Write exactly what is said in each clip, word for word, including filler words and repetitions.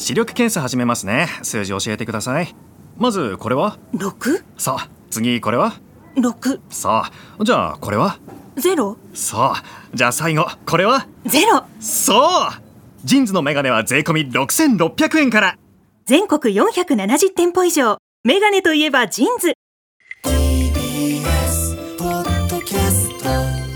視力検査始めますね。数字教えてください。まずこれはろく。 さあ次これはろく。 さあじゃあこれはゼロ。 さあじゃあ最後これはゼロ。 そうジンズのメガネは税込みろくせんろっぴゃくえんから。 全国よんひゃくななじゅってんぽ以上。メガネといえばジンズ。 ティービーエス ポッドキャスト。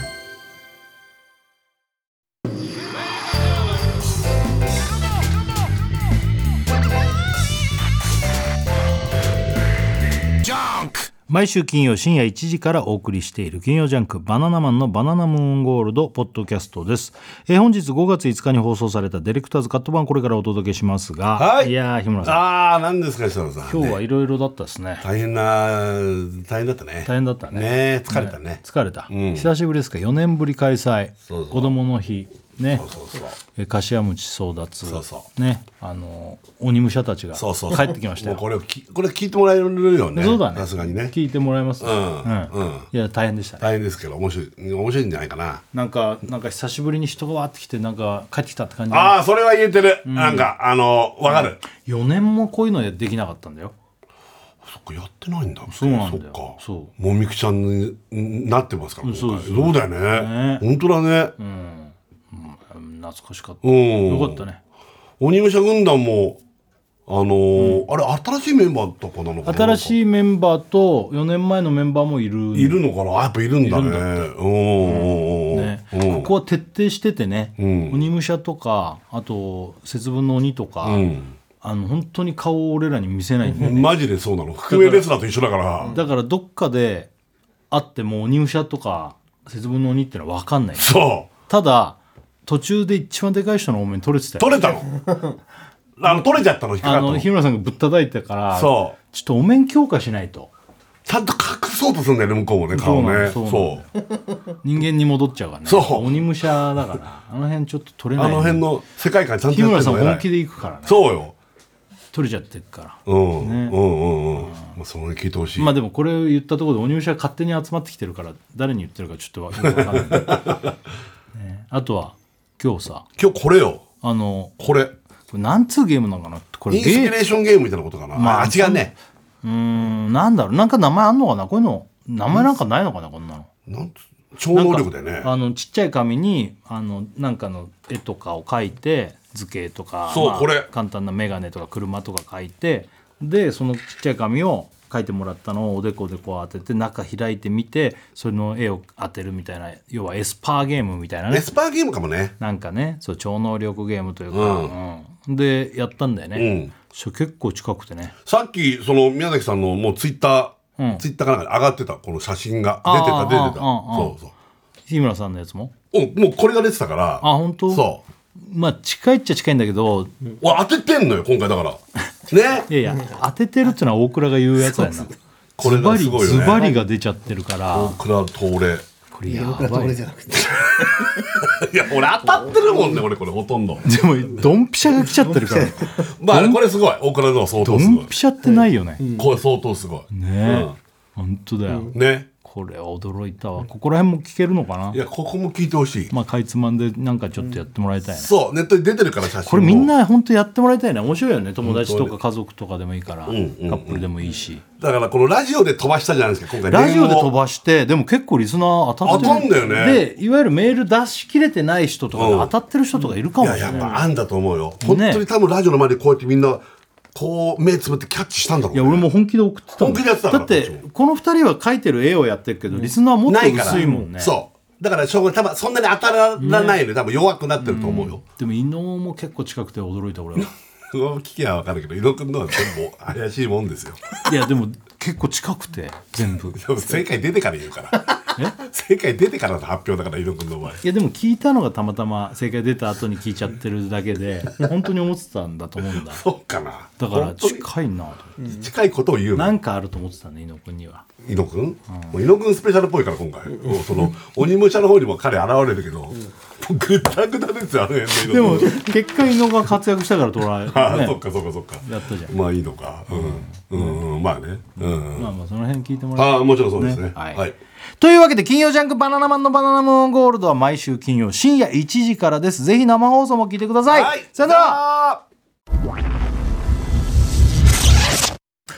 毎週金曜深夜いちじからお送りしている金曜ジャンクバナナマンのバナナムーンゴールドポッドキャストです。えー、本日ごがついつかに放送されたディレクターズカット版これからお届けしますが、 はい、 いやー日村さん、 ああ何ですか設楽さん、 今日はいろいろだったですね。 大変な大変だったね。 大変だったね。 ね疲れたね。 ね疲れた、うん、久しぶりですか。よねんぶり開催。そうそう子供の日ね。そうそうそうえ柏餅争奪。そうそうね、あの鬼武者たちが帰ってきましたよ。 もうこれきこれ聞いてもらえるよね。 そうだね。 さすがにね。 聞いてもらえます。 うんうん。 いや大変でしたね。 大変ですけど面白い面白いんじゃないかな。 なんかなんか久しぶりに人がわってきてなんか帰ってきたって感じ。 ああそれは言えてる。うん、なんかあのわかる。 よねんもこういうのできなかったんだよ。 そっかやってないんだ。 そうなんだよ。 そっか。 そう。 もみくちゃんになってますから。 そうそう。 そうだよね。本当だね。 うん。懐かしかった。よかったね。 鬼武者軍団もあのーうん、あれ新しいメンバーとかなのかな。 新しいメンバーとよねんまえのメンバーもいるいるのかな。やっぱいるんだね。うんね、うん、ここは徹底しててね、うん、鬼武者とかあと節分の鬼とか、うん、あの本当に顔を俺らに見せないんだよね。 マジでそうなの。覆面レスラーと一緒だからだからどっかで会っても鬼武者とか節分の鬼ってのは分かんない、ね、 そうただ途中で一番でかい人のお面取れてたよ。 取れたのあの取れちゃったの。引っかかったの。 あの日村さんがぶったたいてからそうちょっとお面強化しないと。 ちゃんと隠そうとするんだよね向こうもね顔ね。 そうそう人間に戻っちゃうからね。そう鬼武者だからあの辺ちょっと取れない、ね、 あの辺の世界観ちゃんとやってるの。日村さん本気でいくからね。 そうよ取れちゃってるから。 うん、ね、うんうんうん。まあその聞いてほしい。 まあでもこれを言ったところで鬼武者勝手に集まってきてるから誰に言ってるかちょっと分かんない、ね、あとは今日さ今日これよあのこれこれなんつうゲームなのかな。これインスピレーションゲームみたいなことかな。まあ違うね。 うーんなんだろうなんか名前あんのかな。こういうの名前なんかないのかなこんなの。 なん超能力でね。 あのちっちゃい紙にあのなんかの絵とかを描いて図形とかそう、 まあ、 これ簡単なメガネとか車とか描いてでそのちっちゃい紙を描いてもらったのをおでこでこう当てて中開いてみてそれの絵を当てるみたいな要はエスパーゲームみたいなね。 エスパーゲームかもね。 なんかねそう超能力ゲームというか、うんうん、でやったんだよね、うん、それ結構近くてね。 さっきその宮崎さんのもうツイッター、うん、ツイッターかなんかに上がってたこの写真が出てた出てた。そうそう日村さんのやつもおもうこれが出てたから。 あ本当。 そうまあ近いっちゃ近いんだけど、 うん、当ててんのよ今回だからね。 いやいや当ててるってのは大倉が言うやつだよな。 これがすごいよね。 ズバリが出ちゃってるから大倉と俺これやばい。 じゃなくていや俺当たってるもんね俺これほとんど。 でもドンピシャが来ちゃってるからまあこれすごい大倉のは相当すごい。 ドンピシャってないよね、 うん、これ相当すごいね。うん、本当だよ、うん、 ね。 これは驚いたわ。ここら辺も聞けるのかな。 いやここも聞いてほしい。 まあかいつまんでなんかちょっとやってもらいたいね、うん、 そうネットに出てるから写真。 これみんな本当やってもらいたいね。面白いよね。友達とか家族とかでもいいから、うんうんうん、カップルでもいいし。 だからこのラジオで飛ばしたじゃないですか今回。 ラジオで飛ばしてでも結構リスナー当たってる。 当たんだよね。 でいわゆるメール出し切れてない人とかで当たってる人とかいるかもしれない、 うん、いややっぱあんだと思うよ、ね、本当に多分ラジオの前でこうやってみんなこう目つぶってキャッチしたんだろうね。 いや俺も本気で送ってたもん。 本気でやってたから。 だってこのふたりは描いてる絵をやってるけど、うん、リスナーはもっと薄いもんね。 そうだからしょうが多分そんなに当たらないので、ね、多分弱くなってると思うよ、うん、 でも伊野尾も結構近くて驚いた俺は聞きは分かるけど伊野くんのは全部怪しいもんですよいやでも結構近くて全部正解出てから言うから正解出てからの発表だから伊野くんの場合。いやでも聞いたのがたまたま正解出た後に聞いちゃってるだけで本当に思ってたんだと思うんだそうかな。 だから近いなと、 うん、近いことを言うのなんかあると思ってたね伊野くんには。 伊野くん、うん、伊野くんスペシャルっぽいから今回、うん、その鬼武者の方にも彼現れるけど、うん、ぐったぐたですよあの辺で。 でも結果伊野が活躍したから捉え、ね、 あそっかそっかそっかやったじゃん。 まあいいのか、うん、うんうん、まあね、うんうん、 まあまあその辺聞いてもらって。 ああもちろんそうですね、 はい、 はい。 というわけで金曜ジャンクバナナマンのバナナムーンゴールドは毎週金曜深夜いちじからです。ぜひ生放送も聞いてください、 はい、 さよなら。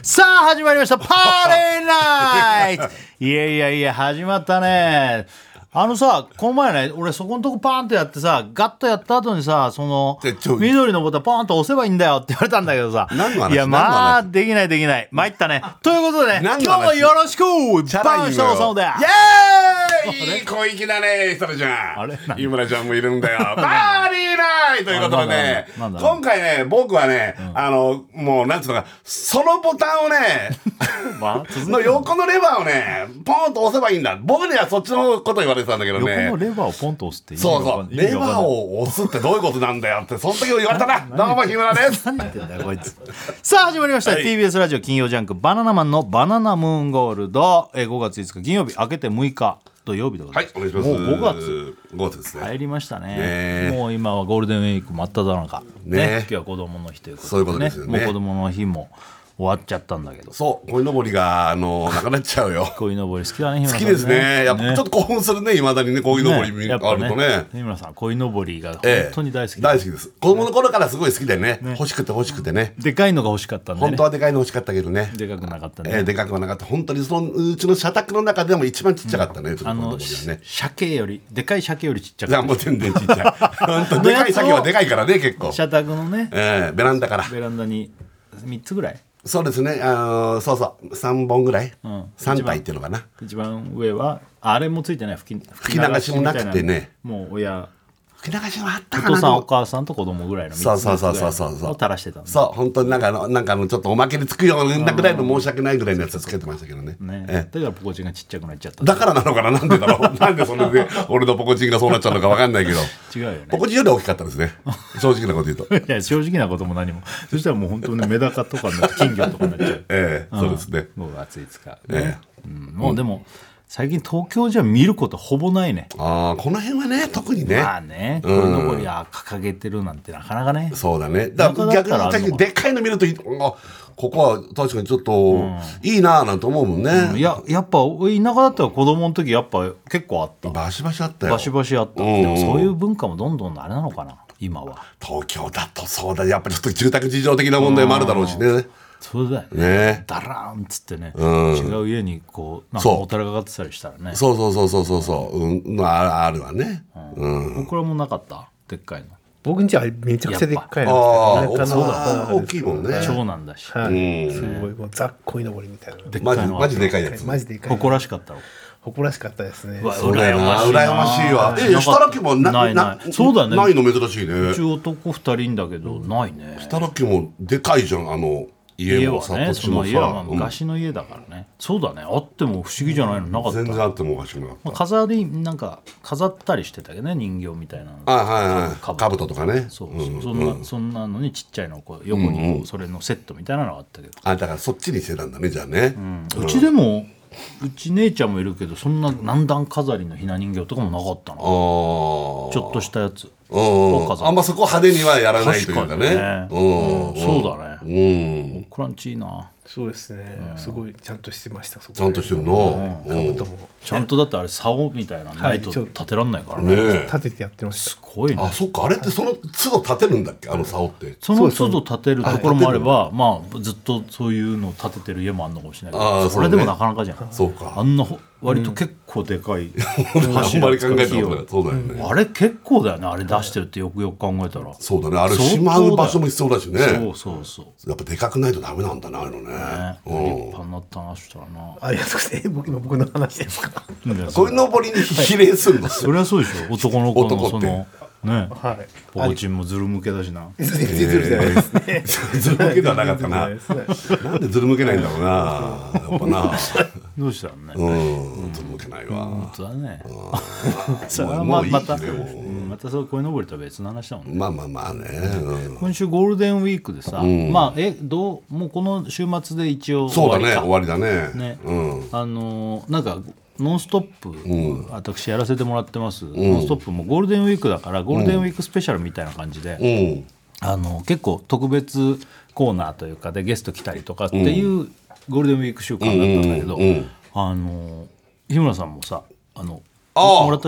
さあ始まりましたパーティーナイトいやいやいや始まったね。あのさ、この前ね、俺そこのとこパーンとやってさ、ガッとやった後にさ、その緑のボタンポーンと押せばいいんだよって言われたんだけどさ、 何の話？ いやまあできないできない参ったね。ということでね、今日もよろしくバンショーソンでイエーイ、いい小粋だねそれじゃん。 あれ井村ちゃんもいるんだよパーティーナイトということでね、今回ね僕はね、うん、あのもうなんつうのか、そのボタンをねの横のレバーをねポンと押せばいいんだ。僕にはそっちのこと言われてたんだけどね、 横のレバーをポンと押すってそうそう、レバーを押すってどういうことなんだよってその時言われたな。どうも日村です。 何言ってんだよこいつ。さあ始まりました、はい、ティービーエス ラジオ金曜ジャンクバナナマンのバナナムーンゴールド、えー、ごがついつか金曜日明けてむいか土曜日でございます。 はい、お願いします。 もうごがつごがつですね。 入りましたね。 ねもう今はゴールデンウィーク真っ只中、ねね、今日は子供の日ということで、ね、 そういうことですよね。 もう子供の日も終わっちゃったんだけど、 そう鯉のぼりがあのなくなっちゃうよ。 鯉のぼり好きだね。 好きですね。やっぱちょっと興奮するね、いまだにね鯉のぼり見るとね。 日村さん鯉のぼりが本当に大好き、 大好きです。子供の頃からすごい好きでね、欲しくて欲しくてね。 でかいのが欲しかったんでね。 本当はでかいの欲しかったけどね。 でかくなかったね。 えでかくはなかった。本当にそのうちの社宅の中でも一番ちっちゃかったね。 あの鮭よりでかい鮭よりちっちゃかった。 いやもう全然ちっちゃい。本当でかい鮭はでかいからね結構。 社宅のね。 ベランダから。 ベランダにみっつぐらい。 そうですね、あのそうそうさんぼんぐらい、うん、さんたいっていうのかな。 一番上はあれもついてない、吹き吹き流しもなくてね、 もう親吹き流しもあったかな、 お父さんお母さんと子供ぐらいのそうそうそうそうそうを垂らしてたんそう本当になんかあのなんかあのちょっとおまけにつくようなぐらいの申し訳ないぐらいのやつつけてましたけどね。 ねえだからポコチンがちっちゃくなっちゃった。 だからなのかな、なんでだろうなんでそれで俺のポコチンがそうなっちゃうのか分かんないけど違うよね、 ポコチンより大きかったですね正直なこと言うと。 いや正直なことも何もそしたらもう本当にメダカとかになって金魚とかになっちゃうええそうですね。 ごがついつか、ねええうん、もうでも最近東京じゃ見ることほぼないね。 ああこの辺はね特にね。 まあねこいのぼりは掲げてるなんてなかなかね。 そうだね。だから逆にでっかいの見るとあここは確かにちょっと、うん、いいなぁなんて思うもんね、 うん、いややっぱ田舎だったら子供の時やっぱ結構あった。 バシバシあったよ。 バシバシあった、うん、でもそういう文化もどんどんあれなのかな今は。 東京だとそうだやっぱりちょっと住宅事情的な問題もあるだろうしね、うん、 そうだよ ね, ねダラーンっつってね、うん、違う家にこうなんかもたれかかってたりしたらね。 そうそうそうそうそうそう、うん、あ, あるわね、 うんうん、僕らもなかったでっかいの。 僕んちはめちゃくちゃでっかいの。 ああそうだ大きいもんね。 長男だし、 はい、うん、すごいもうザッ鯉のぼりみたいなでっかいのマジでかいやつ。 マジでかい。 誇らしかったろ。 誇らしかったですね。 そうだよな羨ましいわ。え下田家もなないないそうだねないの珍しいね。 うち男ふたりだけどないね。 下田家もでかいじゃんあの家もさ、 ね、その家は昔の家だからね、うん、そうだねあっても不思議じゃないのなかった。 全然あってもおかしくなかった、 まあ、飾りなんか飾ったりしてたけどね人形みたいな。 あはいはいかぶととかね。 そうそう、うん、そんなそんなのにちっちゃいのこう横にこうそれのセットみたいなのがあったけど、 あだからそっちにしてたんだねじゃあね、 うんうん、うちでもうち姉ちゃんもいるけどそんな何段飾りのひな人形とかもなかったな。ちょっとしたやつあんまそこ派手にはやらないというかね。 ねうん、そうだね、うん、クランチいいな。 そうですね、うん、すごいちゃんとしてました。そこちゃんとしてるの、 うんうん、 ちゃんとだってあれ竿みたいなないと立てらんないからね、 ね立ててやってました。 すごいね。 あそっかあれってその都度立てるんだっけあの竿って。 その都度立てるところもあればまあずっとそういうのを立ててる家もあるのかもしれないけど、あ そ, それでもなかなかじゃん。 そうかあんな割と結構でかい、うん、 あんまり考えたことない。そうだよね、 うん、あれ結構だよねあれ出してるってよくよく考えたら。 そうだねあれしまう場所も必要だしね。 そうそうそうやっぱでかくないとダメなんだなあれのね。 ね、うん、立派になった話したらな。 ありがとうございます。僕の僕の話ですか。 こいのぼりに比例するの。 そりゃそうでしょ男の子のそのね、 はい、 ポコチンもズル向けだしな。 ズル向けではなかったな。なんでズル向けないんだろうな。やっぱな。 どうしたのね。 うん、ズル向けないわ。 本当だね。それはままたまたそう鯉のぼりとは別の話だもんね。 まあまあまあね。 今週ゴールデンウィークでさ、まあえどうもうこの週末で一応そうだね終わりだね。 ね、あのなんか。ノンストップ、うん、私やらせてもらってます、うん、ノンストップもゴールデンウィークだからゴールデンウィークスペシャルみたいな感じで、うん、あの結構特別コーナーというかでゲスト来たりとかっていうゴールデンウィーク週間だったんだけど、うんうんうん、あの日村さんもさあのもらったでしょ。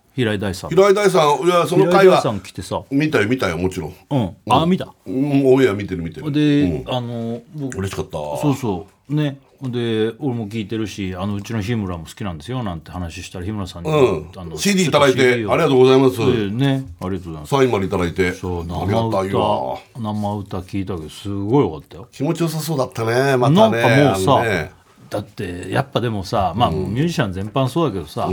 平井大さん平井大さん、いやその回は平井大さん来てさ、 見たよ見たよもちろん。 うんあ見たうん、オンエア見てる見てる。 で、 うん、 あの僕嬉しかった。 そうそうね。で俺も聞いてるし、あのうちの日村も好きなんですよなんて話したら、日村さんに、 うん、 あのシーディー いただいてありがとうございます。 ね、ありがとうございます。 サインまでいただいて、 そうありがたいわ。 生歌聞いたけどすごいよかったよ。 気持ちよさそうだったね。またね。 なんかもうさ、 ね、 だってやっぱでもさ、まあ、うん、ミュージシャン全般そうだけどさ、 うん、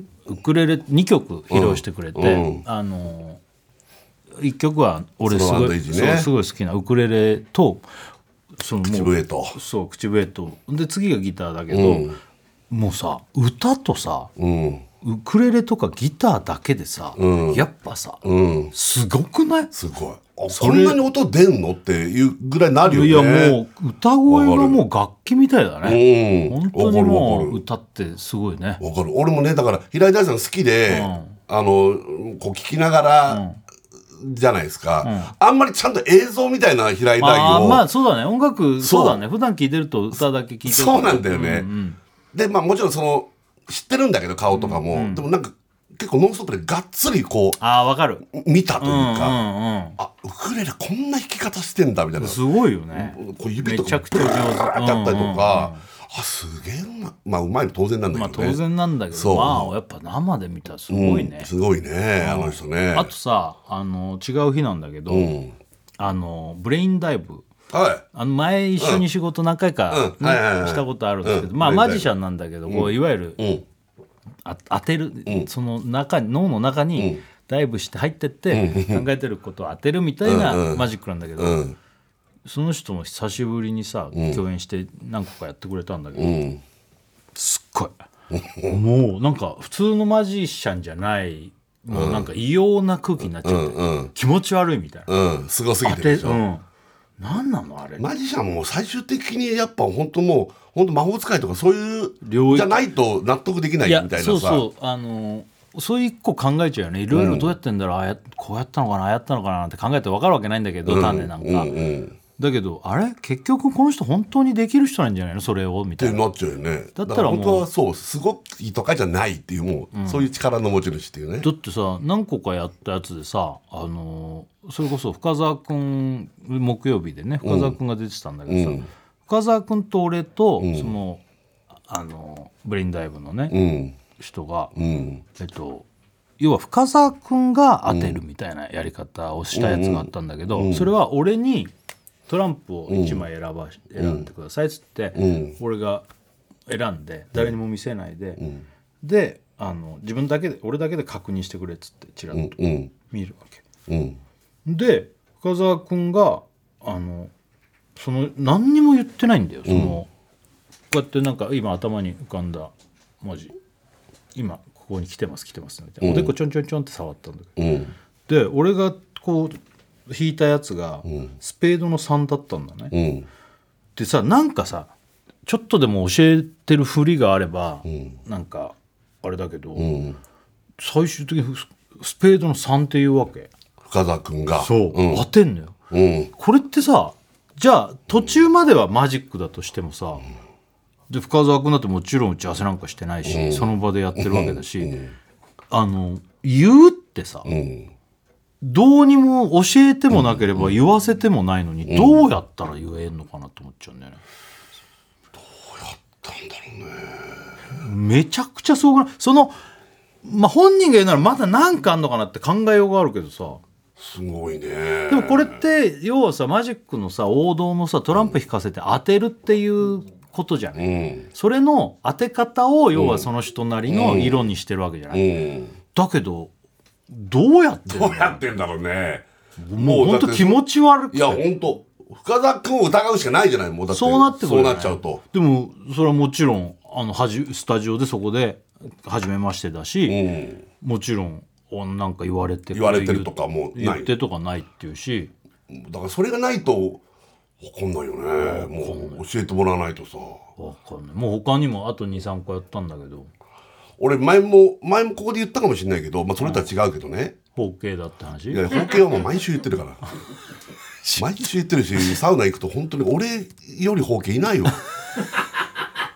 ウクレレにきょく披露してくれて、 うん、 あのいっきょくは俺すごい、 ね、 そうすごい好きなウクレレとそのもう口笛とそう口笛とで次がギターだけど、うん、もうさ歌とさ、うん、ウクレレとかギターだけでさ、うん、やっぱさ、うん、すごくない？ すごい。こんなに音出んのっていうぐらいなるよね。 いやもう歌声がもう楽器みたいだね。うん、本当にもう歌ってすごいね。 わかる。俺もねだから平井大さん好きで、うん、あのこう聞きながら、うんじゃないですか、うん、あんまりちゃんと映像みたいな平井大をあまあそうだね音楽そうだね普段聴いてると歌だけ聴いてるそうなんだよね、うんうん、でまあもちろんその知ってるんだけど顔とかも、うんうん、でもなんか結構ノンストップでがっつりこうあ分かる見たというか、うんうんうん、あウクレレこんな弾き方してんだみたいなすごいよねこう指とかめちゃくちゃ上手だったりとか、うんうんうんあすげえうままあうまいの当然なんだけどね、 まあ、当然なんだけどまあやっぱ生で見たらすごいね、 うん、すごいねあの人ね。 あとさあの違う日なんだけど、うん、あのブレインダイブ、 はい、 あの前一緒に仕事何回か、ねうんうん、したことあるんですけど、うん、まあマジシャンなんだけど、うん、こういわゆる、うん、あ当てる、うん、その中脳の中にダイブして入ってって、うん、考えてることを当てるみたいなマジックなんだけど、うんうんその人も久しぶりにさ、うん、共演して何個かやってくれたんだけど、うん、すっごいもうなんか普通のマジシャンじゃないもうなんか異様な空気になっちゃって、うんうん、気持ち悪いみたいな、 うん、すごすぎてるでしょ、うん、 何なのあれマジシャンも最終的にやっぱ本当もう本当魔法使いとかそういうじゃないと納得できないみたいなさ。 そうそうあのそういう一個考えちゃうよね。いろいろどうやってんだろう、うん、あやこうやったのかなああやったのかなって考えて分かるわけないんだけど、うん、種なんか、うんうんだけどあれ結局この人本当にできる人なんじゃないのそれをみたいなってなっちゃうよね。 だったらもう本当はそうすごいとかじゃないっていうもう、うん、そういう力の持ち主っていうね。 だってさ何個かやったやつでさあのそれこそ深澤君木曜日でね深澤君が出てたんだけどさ、うん、深澤君と俺と、うん、そのあのブレインダイブのね、うん、人が、うん、えっと要は深澤君が当てるみたいなやり方をしたやつがあったんだけど、うんうん、それは俺にトランプをいちまい選ば、うん、選んでくださいっつって、うん、俺が選んで誰にも見せないで、うん、であの自分だけで俺だけで確認してくれっつってチラッと見るわけ、うんうん、で深澤君があのその何にも言ってないんだよその、うん、こうやってなんか今頭に浮かんだ文字今ここに来てます来てますみたいな、うん、おでこちょんちょんちょんって触ったんだけど、うん、で俺がこう弾いたやつがスペードのさんだったんだね、うん、でさなんかさちょっとでも教えてるふりがあれば、うん、なんかあれだけど、うん、最終的にスペードのさんっていうわけ深澤君がそう、うん、当てんのよ、うん、これってさじゃあ途中まではマジックだとしてもさ、うん、で深澤君だってもちろん打ち合わせなんかしてないし、うん、その場でやってるわけだし、うん、あの言うってさ、うんどうにも教えてもなければ言わせてもないのに、うん、どうやったら言えんのかなと思っちゃうんだよね。 どうやったんだろうね。 めちゃくちゃすごくないその、まあ、本人が言うならまだ何かあんのかなって考えようがあるけどさすごいね。 でもこれって要はさマジックのさ王道のさトランプ弾かせて当てるっていうことじゃない、うん、それの当て方を要はその人なりの色にしてるわけじゃない、うんうん、だけどどうやってんどうやってんだろうね。 もう本当気持ち悪くていや本当深澤君を疑うしかないじゃないもうだってそうなってくる、ね、 そうなっちゃうとでもそれはもちろんあのはじスタジオでそこで初めましてだし、うん、もちろんなんか言われて言われてるとかもない言ってとかないっていうしだからそれがないと分かんないよね。もう教えてもらわないとさ分かんない。もう他にもあと にさんこやったんだけど俺前も前もここで言ったかもしれないけど、まあ、それとは違うけどね包茎だって話。 いや包茎はもう毎週言ってるから毎週言ってるしサウナ行くと本当に俺より包茎いないよ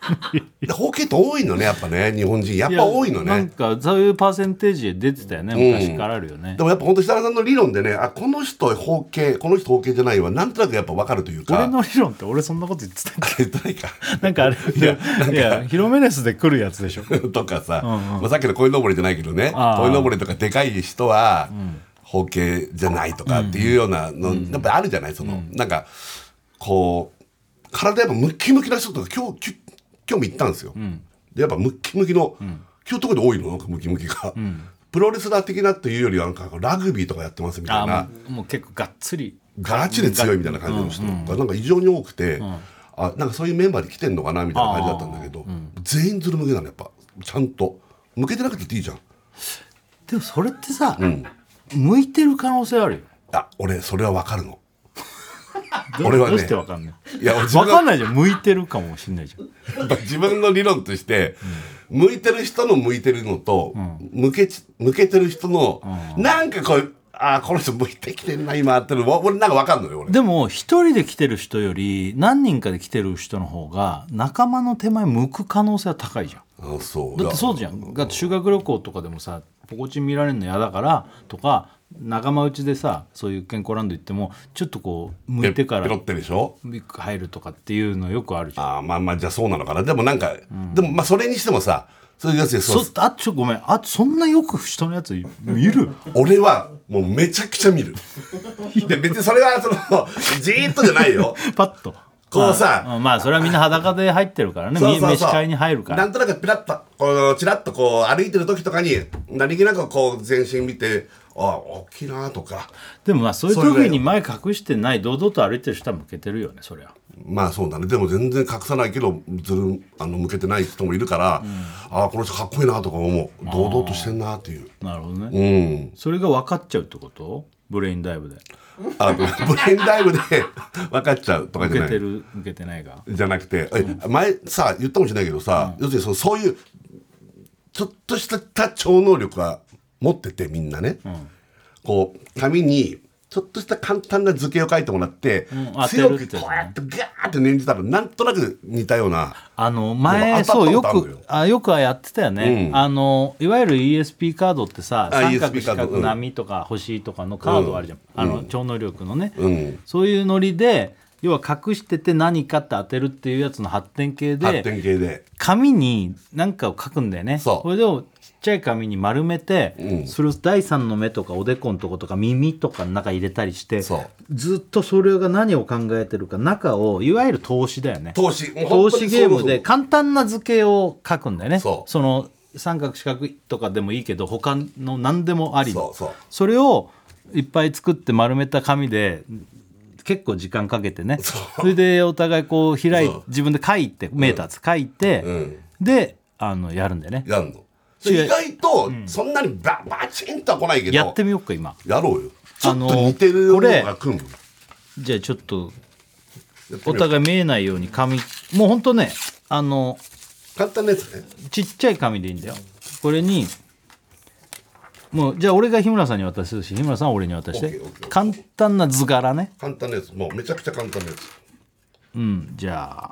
包茎って多いのねやっぱね日本人やっぱ多いのね。 なんかそういうパーセンテージで出てたよね、昔からあるよね、 うん、でもやっぱ本当設楽さんの理論でねあこの人包茎この人包茎じゃないわなんとなくやっぱ分かるというか。 俺の理論って俺そんなこと言ってたっけ言ってないかなんかあれいやいやヒロメネスで来るやつでしょとかさ、 うんうんまあ、さっきの鯉のぼりじゃないけどね鯉のぼりとかでかい人は、うん包茎じゃないとかっていうようなの、うん、やっぱりあるじゃないその、うん、なんかこう体やっぱムッキムキな人とか今日今日も行ったんですよ、うん、でやっぱムッキムキの、うん、今日とこで多いのなんかムキムキが、うん、プロレスラー的なというよりはなんかラグビーとかやってますみたいなもう、もう結構がっつりガチで強いみたいな感じの人がなんか異常に多くて、うん、あなんかそういうメンバーで来てんのかなみたいな感じだったんだけど、うん、全員ずる向けなのやっぱちゃんと向けてなくていいじゃん。 でもそれってさ、うん向いてる可能性あるよ。 あ、俺それは分かるの。 俺はね。どうして分かんない。いや、分かんないじゃん。向いてるかもしれないじゃん。 自分の理論として、うん、向いてる人の向いてるのと、うん、向け向けてる人の、うん、なんかこうあこの人向いてきてるな今ってるの俺なんか分かんのよ俺。 でも一人で来てる人より何人かで来てる人の方が仲間の手前向く可能性は高いじゃん。 あそうだってそうじゃん。だって修学旅行とかでもさポコチン見られるの嫌だからとか仲間内でさそういう健康ランド行ってもちょっとこう向いてからペロってでしょ入るとかっていうのよくあるじゃん。 あまあまあじゃあそうなのかな。でもなんか、うん、でもまあそれにしてもさそういうやつでそうあちょごめんあそんなよく人のやつ見る俺はもうめちゃくちゃ見るで別にそれはそのじーっとじゃないよパッとこうさ、 まあ、まあそれはみんな裸で入ってるからね。そうそうそう飯会に入るからなんとなくピラッとこうチラッとこう歩いてる時とかに何気なくこう全身見てあ大きいなとか。 でもまあそういう時に前隠してない堂々と歩いてる人は向けてるよねそりゃ。 まあそうだね。でも全然隠さないけどずるあの向けてない人もいるから、うん、あこの人かっこいいなとか思う。堂々としてんなっていう。 なるほどね、うん、それが分かっちゃうってこと？ブレインダイブであブレインダイブで分かっちゃうとかじゃない。 向けてる向けてないがじゃなくて、え、うん、前さ言ったかもしれないけどさ、うん、要するにそのそういうちょっとした超能力は持っててみんなね、うん、こう紙にちょっとした簡単な図形を書いてもらって、うん、強くこうやってガーって念じたらなんとなく似たようなあの前そうよくあよくはやってたよね、うん、あのいわゆる イーエスピー カードってさ三角四角波とか星とかのカードあるじゃん、うん、あの超能力のね、うん、そういうノリで要は隠してて何かって当てるっていうやつの発展系で発展系で紙に何かを書くんだよね。 そうこれでちっちゃい紙に丸めて、うん、それを第三の目とかおでこのとことか耳とかの中入れたりしてずっとそれが何を考えてるか中をいわゆる投資だよね。 投資投資ゲームで簡単な図形を書くんだよね。そ, その三角四角とかでもいいけど他の何でもありそうそうそれをいっぱい作って丸めた紙で結構時間かけてね そ, それでお互いこう開い自分で書いてメーターつ書いて、うん、であのやるんだよね。 やるの意外とそんなにババチンとは来ないけど、 やってみようか今。 やろうよ。ちょっと似てるのが来るの。 じゃあちょっとお互い見えないように紙もうほんとねあの簡単なやつねちっちゃい紙でいいんだよ。これにもうじゃあ俺が日村さんに渡すし日村さんは俺に渡して簡単な図柄ね。 簡単なやつもうめちゃくちゃ簡単なやつ。 うんじゃあ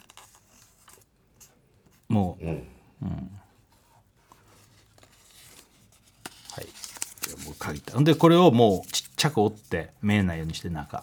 もう、うんうん書いたんでこれをもうちっちゃく折って見えないようにして中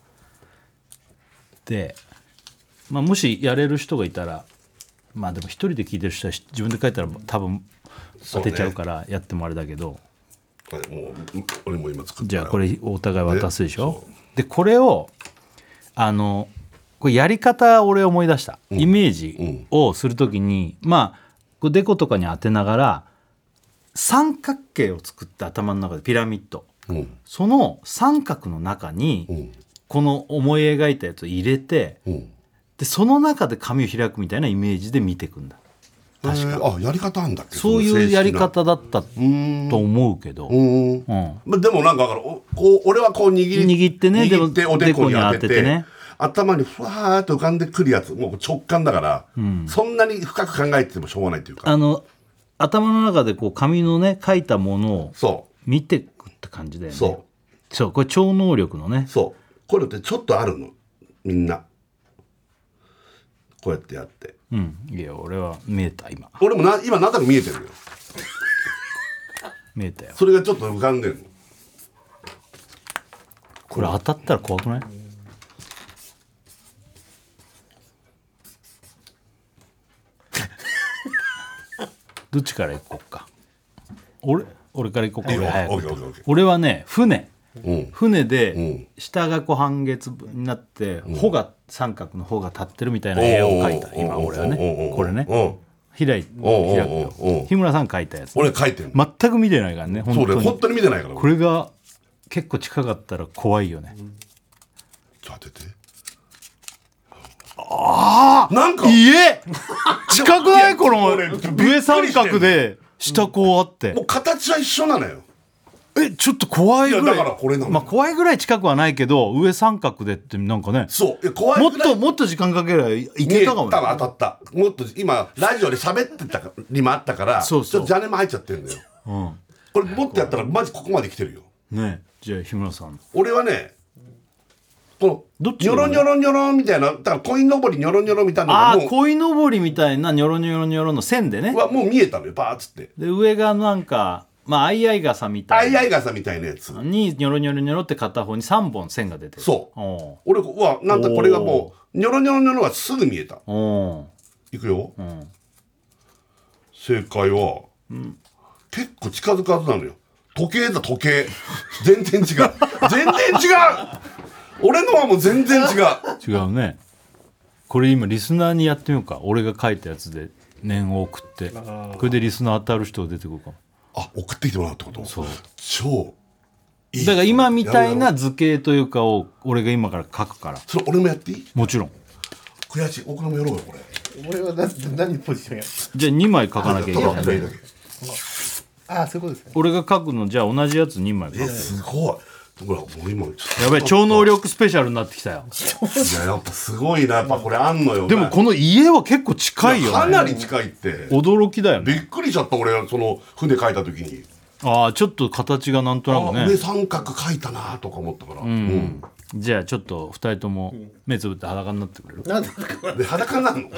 で、まあ、もしやれる人がいたらまあでも一人で聞いてる人は自分で書いたら多分当てちゃうからやってもあれだけど、 これもう俺も今作ったじゃあこれお互い渡すでしょ。でこれをあのこれやり方俺思い出した、うん、イメージをするときに、うん、まあこうデコとかに当てながら三角形を作って頭の中でピラミッド、うん、その三角の中に、うん、この思い描いたやつを入れて、うん、でその中で紙を開くみたいなイメージで見ていくんだ。確か、えー、あやり方あんだっけ。 そういうやり方だったと思うけど、うん、 うん、でもなんかこう俺はこう握り握ってね握っておでこに当てて、 てね、 頭にふわーっと浮かんでくるやつもう直感だから、うん、そんなに深く考えててもしょうがないというかあの頭の中でこう紙のね書いたものを見ていくって感じだよね。 そうそうこれ超能力のね。 そうこれってちょっとあるのみんなこうやってやって、 うんいや俺は見えた今俺もな今なんとなく見えてるよ。 見えたよ。 それがちょっと浮かんでるの。 これ当たったら怖くない？どっちから行こうか。俺俺から行こうか。俺早くオッケーオッケーオッケー。 俺はね船うん船でん下がこう半月になって帆が三角の帆が立ってるみたいな絵を描いた今俺はねこれねうん開いおう開くおうおうおうよ日村さん描いたやつ俺書いてるの。 全く見てないからね本当にそうだよ本当に見てないから。 これが結構近かったら怖いよね。 ちょっと当てて。ああなんか家近くないこの俺びっくり上三してんの角で下こうあってもう形は一緒なのよ。 えちょっと怖いぐらいいやだからこれなのまあ怖いぐらい近くはないけど上三角でってなんかねそういや怖いもっぐらいともっと時間かければいけたかもね見えたの当たった。もっと今ラジオで喋ってたにもあったからそうそうちょっと邪念も入っちゃってるんだよ。 うんこれもっとやったらマジここまで来てるよ。 ねじゃあ日村さん俺はねこのどっちニョロニョロニョロみたいなだからコインのぼりニョロニョロみたいなああのがも鯉のぼりみたいなニョロニョロニョロの線でねうはもう見えたのよバーッつってで上がなんかまあ相合い傘みたいなあいあい傘みたいなやつ。 にニョロニョロニョロって片方にさんぼん線が出てるそうお俺はなんだこれがもうニョロニョロニョロがすぐ見えた。 うおいくよ、 ううん正解は、結構近づくはずなのよ。時計だ時計全然違う全然違う俺のはもう全然違う。 違うねこれ今リスナーにやってみようか俺が書いたやつで念を送ってこれでリスナー当たる人が出てくるかもあ送ってきてもらうってこと。 そう超いい。 だから今みたいなやろうやろう図形というかを俺が今から書くからそれ俺もやっていい。 もちろん悔しい僕らもやろうよこれ。 俺はな何ポジションやじゃあにまい書かなきゃいけないただだけだけああそういうことですね。 俺が書くのじゃあ同じやつにまい書くえすごい。ほらもう今ちょっとやばい超能力スペシャルになってきたよいややっぱすごいなやっぱこれあんのよ。 でもこの家は結構近いよねかなり近いって驚きだよねびっくりしちゃった俺その船書いた時にああちょっと形がなんとなくあ上ね三角書いたなとか思ったから、うんじゃあちょっとふたりとも目つぶって裸になってくれるなんでで裸になるの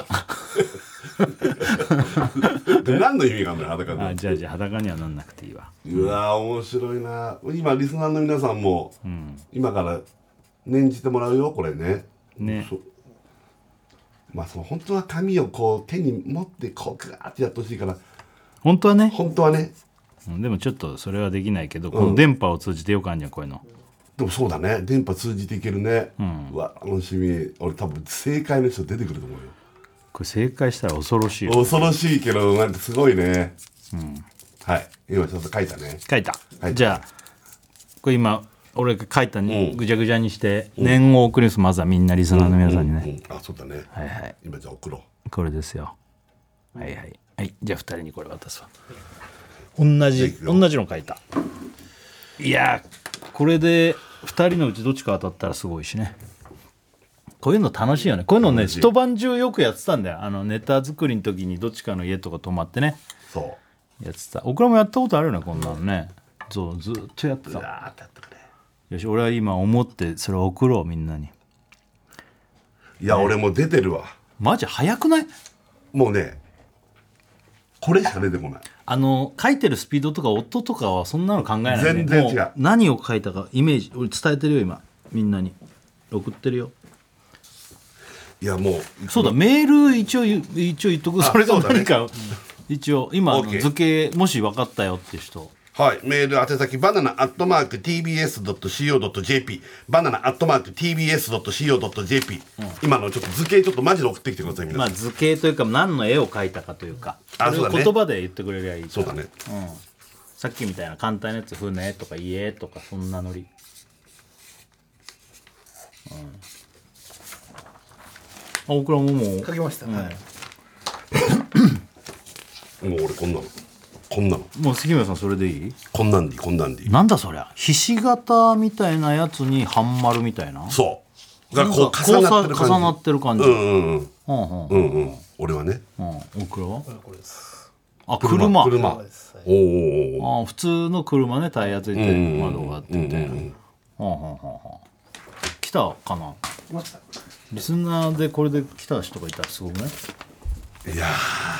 で何の意味があるのよ裸になるあじゃあじゃあ裸にはなんなくていいわうわー面白いな今リスナーの皆さんも、今から念じてもらうよこれねねそまあその本当は紙をこう手に持ってこうガーってやってほしいから本当はね本当はねうんでもちょっとそれはできないけどこの電波を通じてよくあるじゃんこういうのでもそうだね電波通じていけるね、うわ楽しみ。俺多分正解の人出てくると思うよ。 これ正解したら恐ろしいよ恐ろしいけどなんかすごいね、はい今ちょっと書いたね。 書いたはいじゃあこれ今俺が書いたにうんぐちゃぐちゃにして念を送ります。まずはみんなリスナーの皆さんにね、 うんうんあそうだね、 はいはい今じゃあ送ろこれですよはいはいはいじゃあふたりにこれ渡すわ同じいくよ同じの書いたいやーこれでふたりのうちどっちか当たったらすごいしねこういうの楽しいよねこういうのね楽しい一晩中よくやってたんだよあのネタ作りの時にどっちかの家とか泊まってねう。そうやってた僕らもやったことあるよねこんなのねそうずっとやってたうわーってやったね。 よし俺は今思ってそれを送ろうみんなにいや、俺もう出てるわマジ早くないもうねこれしか出てこない。 あの書いてるスピードとか音とかはそんなの考えないで全然違うもう何を書いたかイメージ俺伝えてるよ今みんなに送ってるよいやもうそうだメール一応言う一応言っとくあそれがそうだね何か、一応今あの OK 図形もし分かったよって人はいメール宛先バナナアットマーク ティービーエスドットシーオードットジェーピー バナナアットマーク ティービーエスドットシーオードットジェーピー、今のちょっと図形ちょっとマジで送ってきてください皆さん、 まあ図形というか何の絵を描いたかというかそれをあそうだね言葉で言ってくれりゃいいからそうだねうん、さっきみたいな簡単なやつ船とか家とかそんなノリ、うん、あ僕らももう書きました、はいもう俺こんなのこんなのもう杉村さんそれでいいこんなんでいいこんなんでいいなんだそりゃひし形みたいなやつに半丸みたいなそうがこうなんか重なってる感じ重なってる感じうんうんうんうんうんうんうん俺はねうん僕らはこれですあ車車おーおーおーあ普通の車ねタイヤついてうん窓があってみたいな、 うんうんうんはあはあはあはあ来たかな来ましたリスナーでこれで来た人がいたらすごくねいや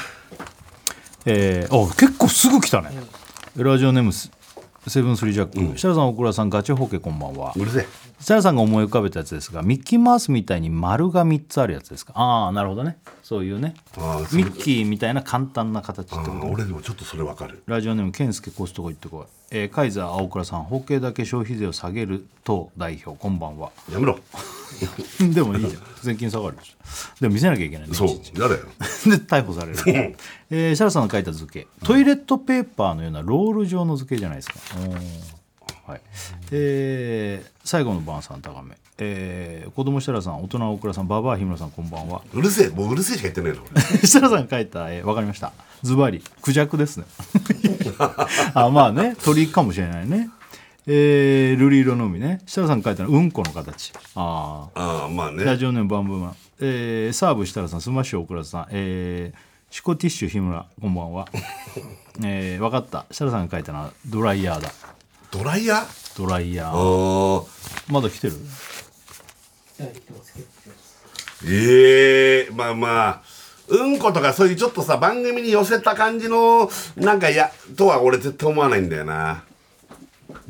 えー、お結構すぐ来たね、ラジオネームセブンスリージャック、うん、設楽さん大倉さんガチホケこんばんは。 うるせえ。 設楽さんが思い浮かべたやつですが、ミッキーマウスみたいに丸がみっつあるやつですか。ああなるほどね、そういうねミッキーみたいな簡単な形ってこと。 俺でもちょっとそれわかる。 ラジオネーム健介コストコ行ってこい、えー、カイザー青倉さん包茎だけ消費税を下げる党代表こんばんは。 やめろでもいいじゃん、税金下がるでしょ。でも見せなきゃいけないね。 そうやだよで逮捕される、えー、シャラさんの書いた図形、トイレットペーパーのようなロール状の図形じゃないですか。はい、えー、最後の晩さん高め、えー、子供設楽さん大人大倉さんババア日村さんこんばんは。 うるせえ、もううるせえしか言ってないの設楽さんが書いた、えー、分かりました、ズバリクジャクですねあまあね鳥かもしれないね。えー、瑠璃色の海ね。設楽さんが書いたのうんこの形。ああまあね。 ラジオネームバンブーマン、えー、サーブ設楽さんスマッシュ大倉さん、えー、シコティッシュ日村こんばんはえー、分かった、設楽さんが書いたのはドライヤーだ。 ドライヤードライヤーまだ来てる。 ええー、まあまあうんことかそういうちょっとさ番組に寄せた感じのなんかいやとは俺絶対思わないんだよな。うん、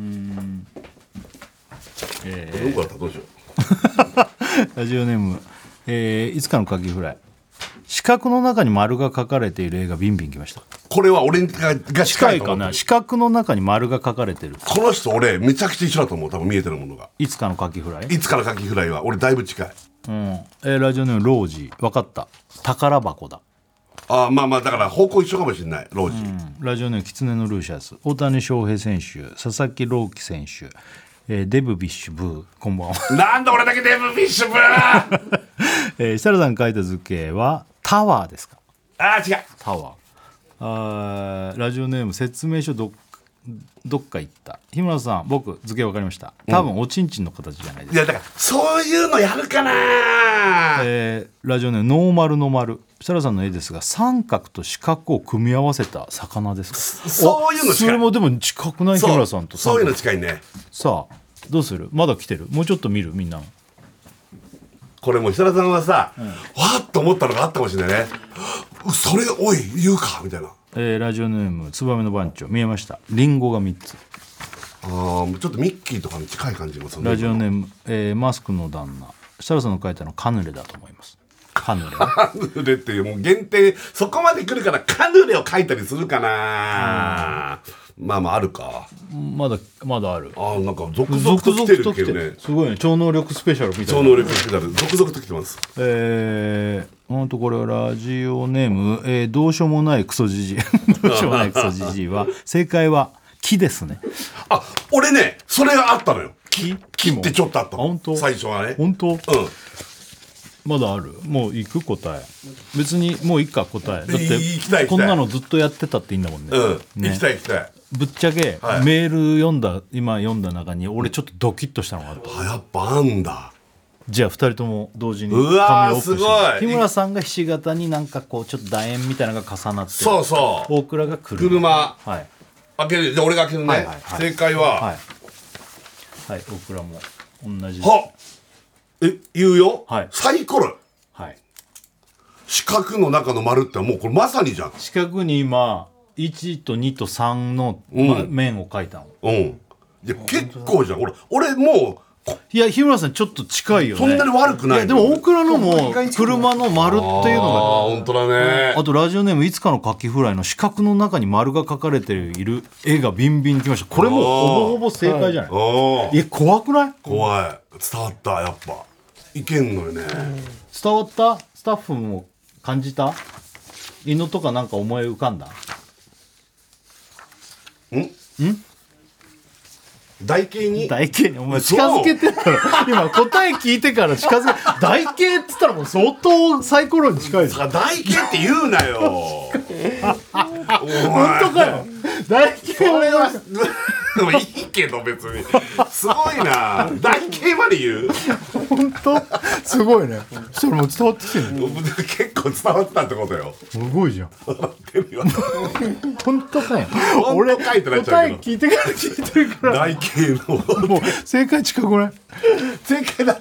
えー、うんこだったらどうしようラジオネーム、えー、いつかのカキフライ、四角の中に丸が書かれている絵がビンビンきました。 これは俺がが近いと思う。 かな。四角の中に丸が書かれてる。 この人俺めちゃくちゃ一緒だと思う。多分見えてるものが。 いつかのカキフライ。 いつかのカキフライは俺だいぶ近い。 うん。えー、ラジオネームロージー、分かった。宝箱だ。 ああまあまあだから方向一緒かもしれない。ロージー。 うん、ラジオネームキツネのルーシャス、大谷翔平選手、佐々木朗希選手、えー、デブビッシュブーこんばんは。 なんで俺だけデブビッシュブーえー、設楽さんが書いた図形はタワーですか。 ああ違う。 タワー。あラジオネーム説明書どっどっか行った。日村さん僕図形分かりました。多分おちんちんの形じゃないですか。 いやだからそういうのやるかな、 えー、ラジオネームノーマルの丸、設楽さんの絵ですが三角と四角を組み合わせた魚ですか。 そういうの近い。 それもでも近くない日村さんと。 そういうの近いね。 さあどうする。まだ来てる。もうちょっと見るみんな。 これもう設楽さんはさ、うん、わーっと思ったのがあったかもしれないね。それおい言うかみたいな。 えー、ラジオネームツバメの番長見えました。リンゴがみっつ。 あーちょっとミッキーとかに近い感じもする。 ラジオネーム、えー、マスクの旦那、設楽さんの書いたのカヌレだと思います。カヌレカヌレっていうもう限定そこまで来るからカヌレを書いたりするかな。まあまああるか。 まだまだある。 ああなんか続々と来てるけどね。 すごいね。超能力スペシャルみたいな。 超能力スペシャル続々と来てます。 えー、ほんとこれはラジオネーム、えー、どうしようもないクソじじいどうしようもないクソじじいは正解は木ですね。 あ俺ねそれがあったのよ。木木ってちょっとあったの。 本当。 最初はね。 本当。うん。まだある。もう行く答え。別にもういいか答え。だってこんなのずっとやってたっていいんだもんね。 うん。 ね、 行きたい行きたい。 ぶっちゃけ、はい、メール読んだ今読んだ中に俺ちょっとドキッとしたのがあった。 あやっぱあんだ。 じゃあふたりとも同時に紙をオープンして。うわーすごい。 日村さんがひし形になんかこうちょっと楕円みたいなのが重なって。 そうそう。 大倉が車。 車。 はい。 開ける。じゃあ俺が開けるね。はいはいはい、正解は。はい。 はい、大倉も同じ。 はえ言うよ。 はい。 サイコロ。 はい。 四角の中の丸ってもうこれまさにじゃん。 四角に今いちとにとさんの、うんま、面を書いたの。 うん。いや結構じゃん。俺俺もういや日村さんちょっと近いよね。 そんなに悪くない。いやでも大倉のも車の丸っていうのが。ああ本当だね。 あとラジオネームいつかのカキフライの四角の中に丸が描かれている絵がビンビンきました。これもほぼほぼ正解じゃない。はい、いや怖くない？ 怖い。伝わったやっぱいけんのよね。 伝わった？スタッフも感じた？犬とかなんか思い浮かんだ？ ん？ん？台形に台形にお前近づけてたら今答え聞いてから近づけ台形って言ったらもう相当サイコロに近いです。 台形って言うなよ本当かよ。台形俺はでもいいけど別にすごいな。台形まで言う本当すごいね。それも伝わってきてる。 結構伝わったってことよ。 すごいじゃん。本当かよ。 俺書いてない。 答え聞いてから聞いてるから台形のもう正解近くない？ 正解だった。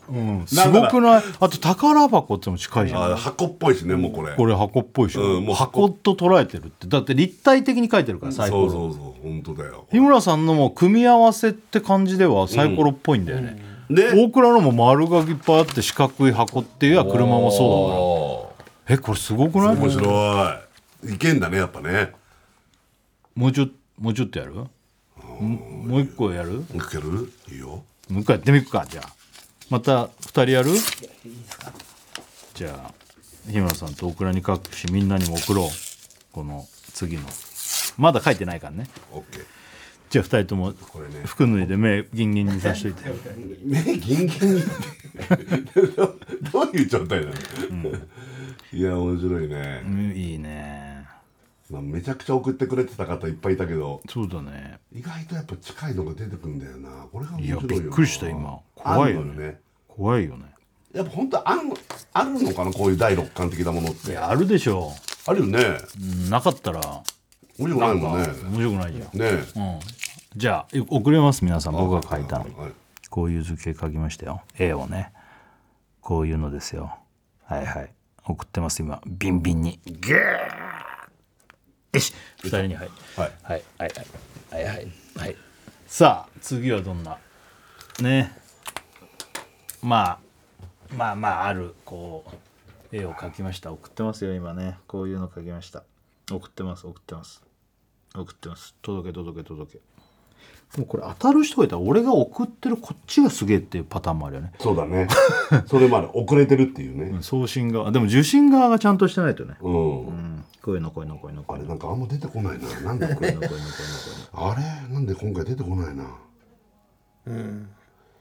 うん、すごくない？あと宝箱っても近いじゃん。 あ箱っぽいしね、もうこれこれ箱っぽいでしょ、 うん、もう箱と捉えてるって。だって立体的に描いてるからサイコロ。 そうそうそう本当だよ。 日村さんのも組み合わせって感じではサイコロっぽいんだよね、 うん、で大倉のも丸がいっぱいあって四角い箱っていうや車もそうだから。えこれすごくない？ 面白い。いけんだねやっぱね。 もうちょもうちょっとやる？もう一個やる？ いける？いいよ。 もう一回やってみるか。じゃあまたふたりやる？じゃあ日村さんと大倉に書くしみんなにも送ろう。この次のまだ書いてないからね。 オッケー。 じゃあふたりとも服脱いで目ギンギンにさしといて。 目ギンギンにど, どういう状態なの、うん、いや面白いね、 うん、いいね。 まあ、めちゃくちゃ送ってくれてた方いっぱいいたけど、 そうだね、 意外とやっぱ近いのが出てくるんだよな。これが面白いよな。 いやびっくりした今。怖いよ ね, よね怖いよね。やっぱ本当あんあるのかなこういう第六感的なものって。 いやあるでしょう。あるよね、 うん、なかったら面白くないもんね。 面白くないじゃんね、 うん、じゃあ送れます皆さん。僕が書いたの、 はい、 こういう図形書きましたよ。絵をねこういうのですよ。はいはい送ってます今ビンビンに。ギューよしふたりにはいはいはいはいはいはいはい。さあ次はどんなね。まあまあまああるこう絵を描きました。送ってますよ今ね。こういうの描きました。送ってます送ってます送ってます。届け届け届け。でもこれ当たる人がいたら俺が送ってるこっちがすげえっていうパターンもあるよね。 そうだねそれまで遅れてるっていうね、 うん、送信側でも受信側がちゃんとしてないとね。 うん、 うん、こういうのこういうのこういうのこういうの。 あれなんかあんま出てこないな。なんでこういうのこういうのこういうのあれなんで今回出てこないな。 うん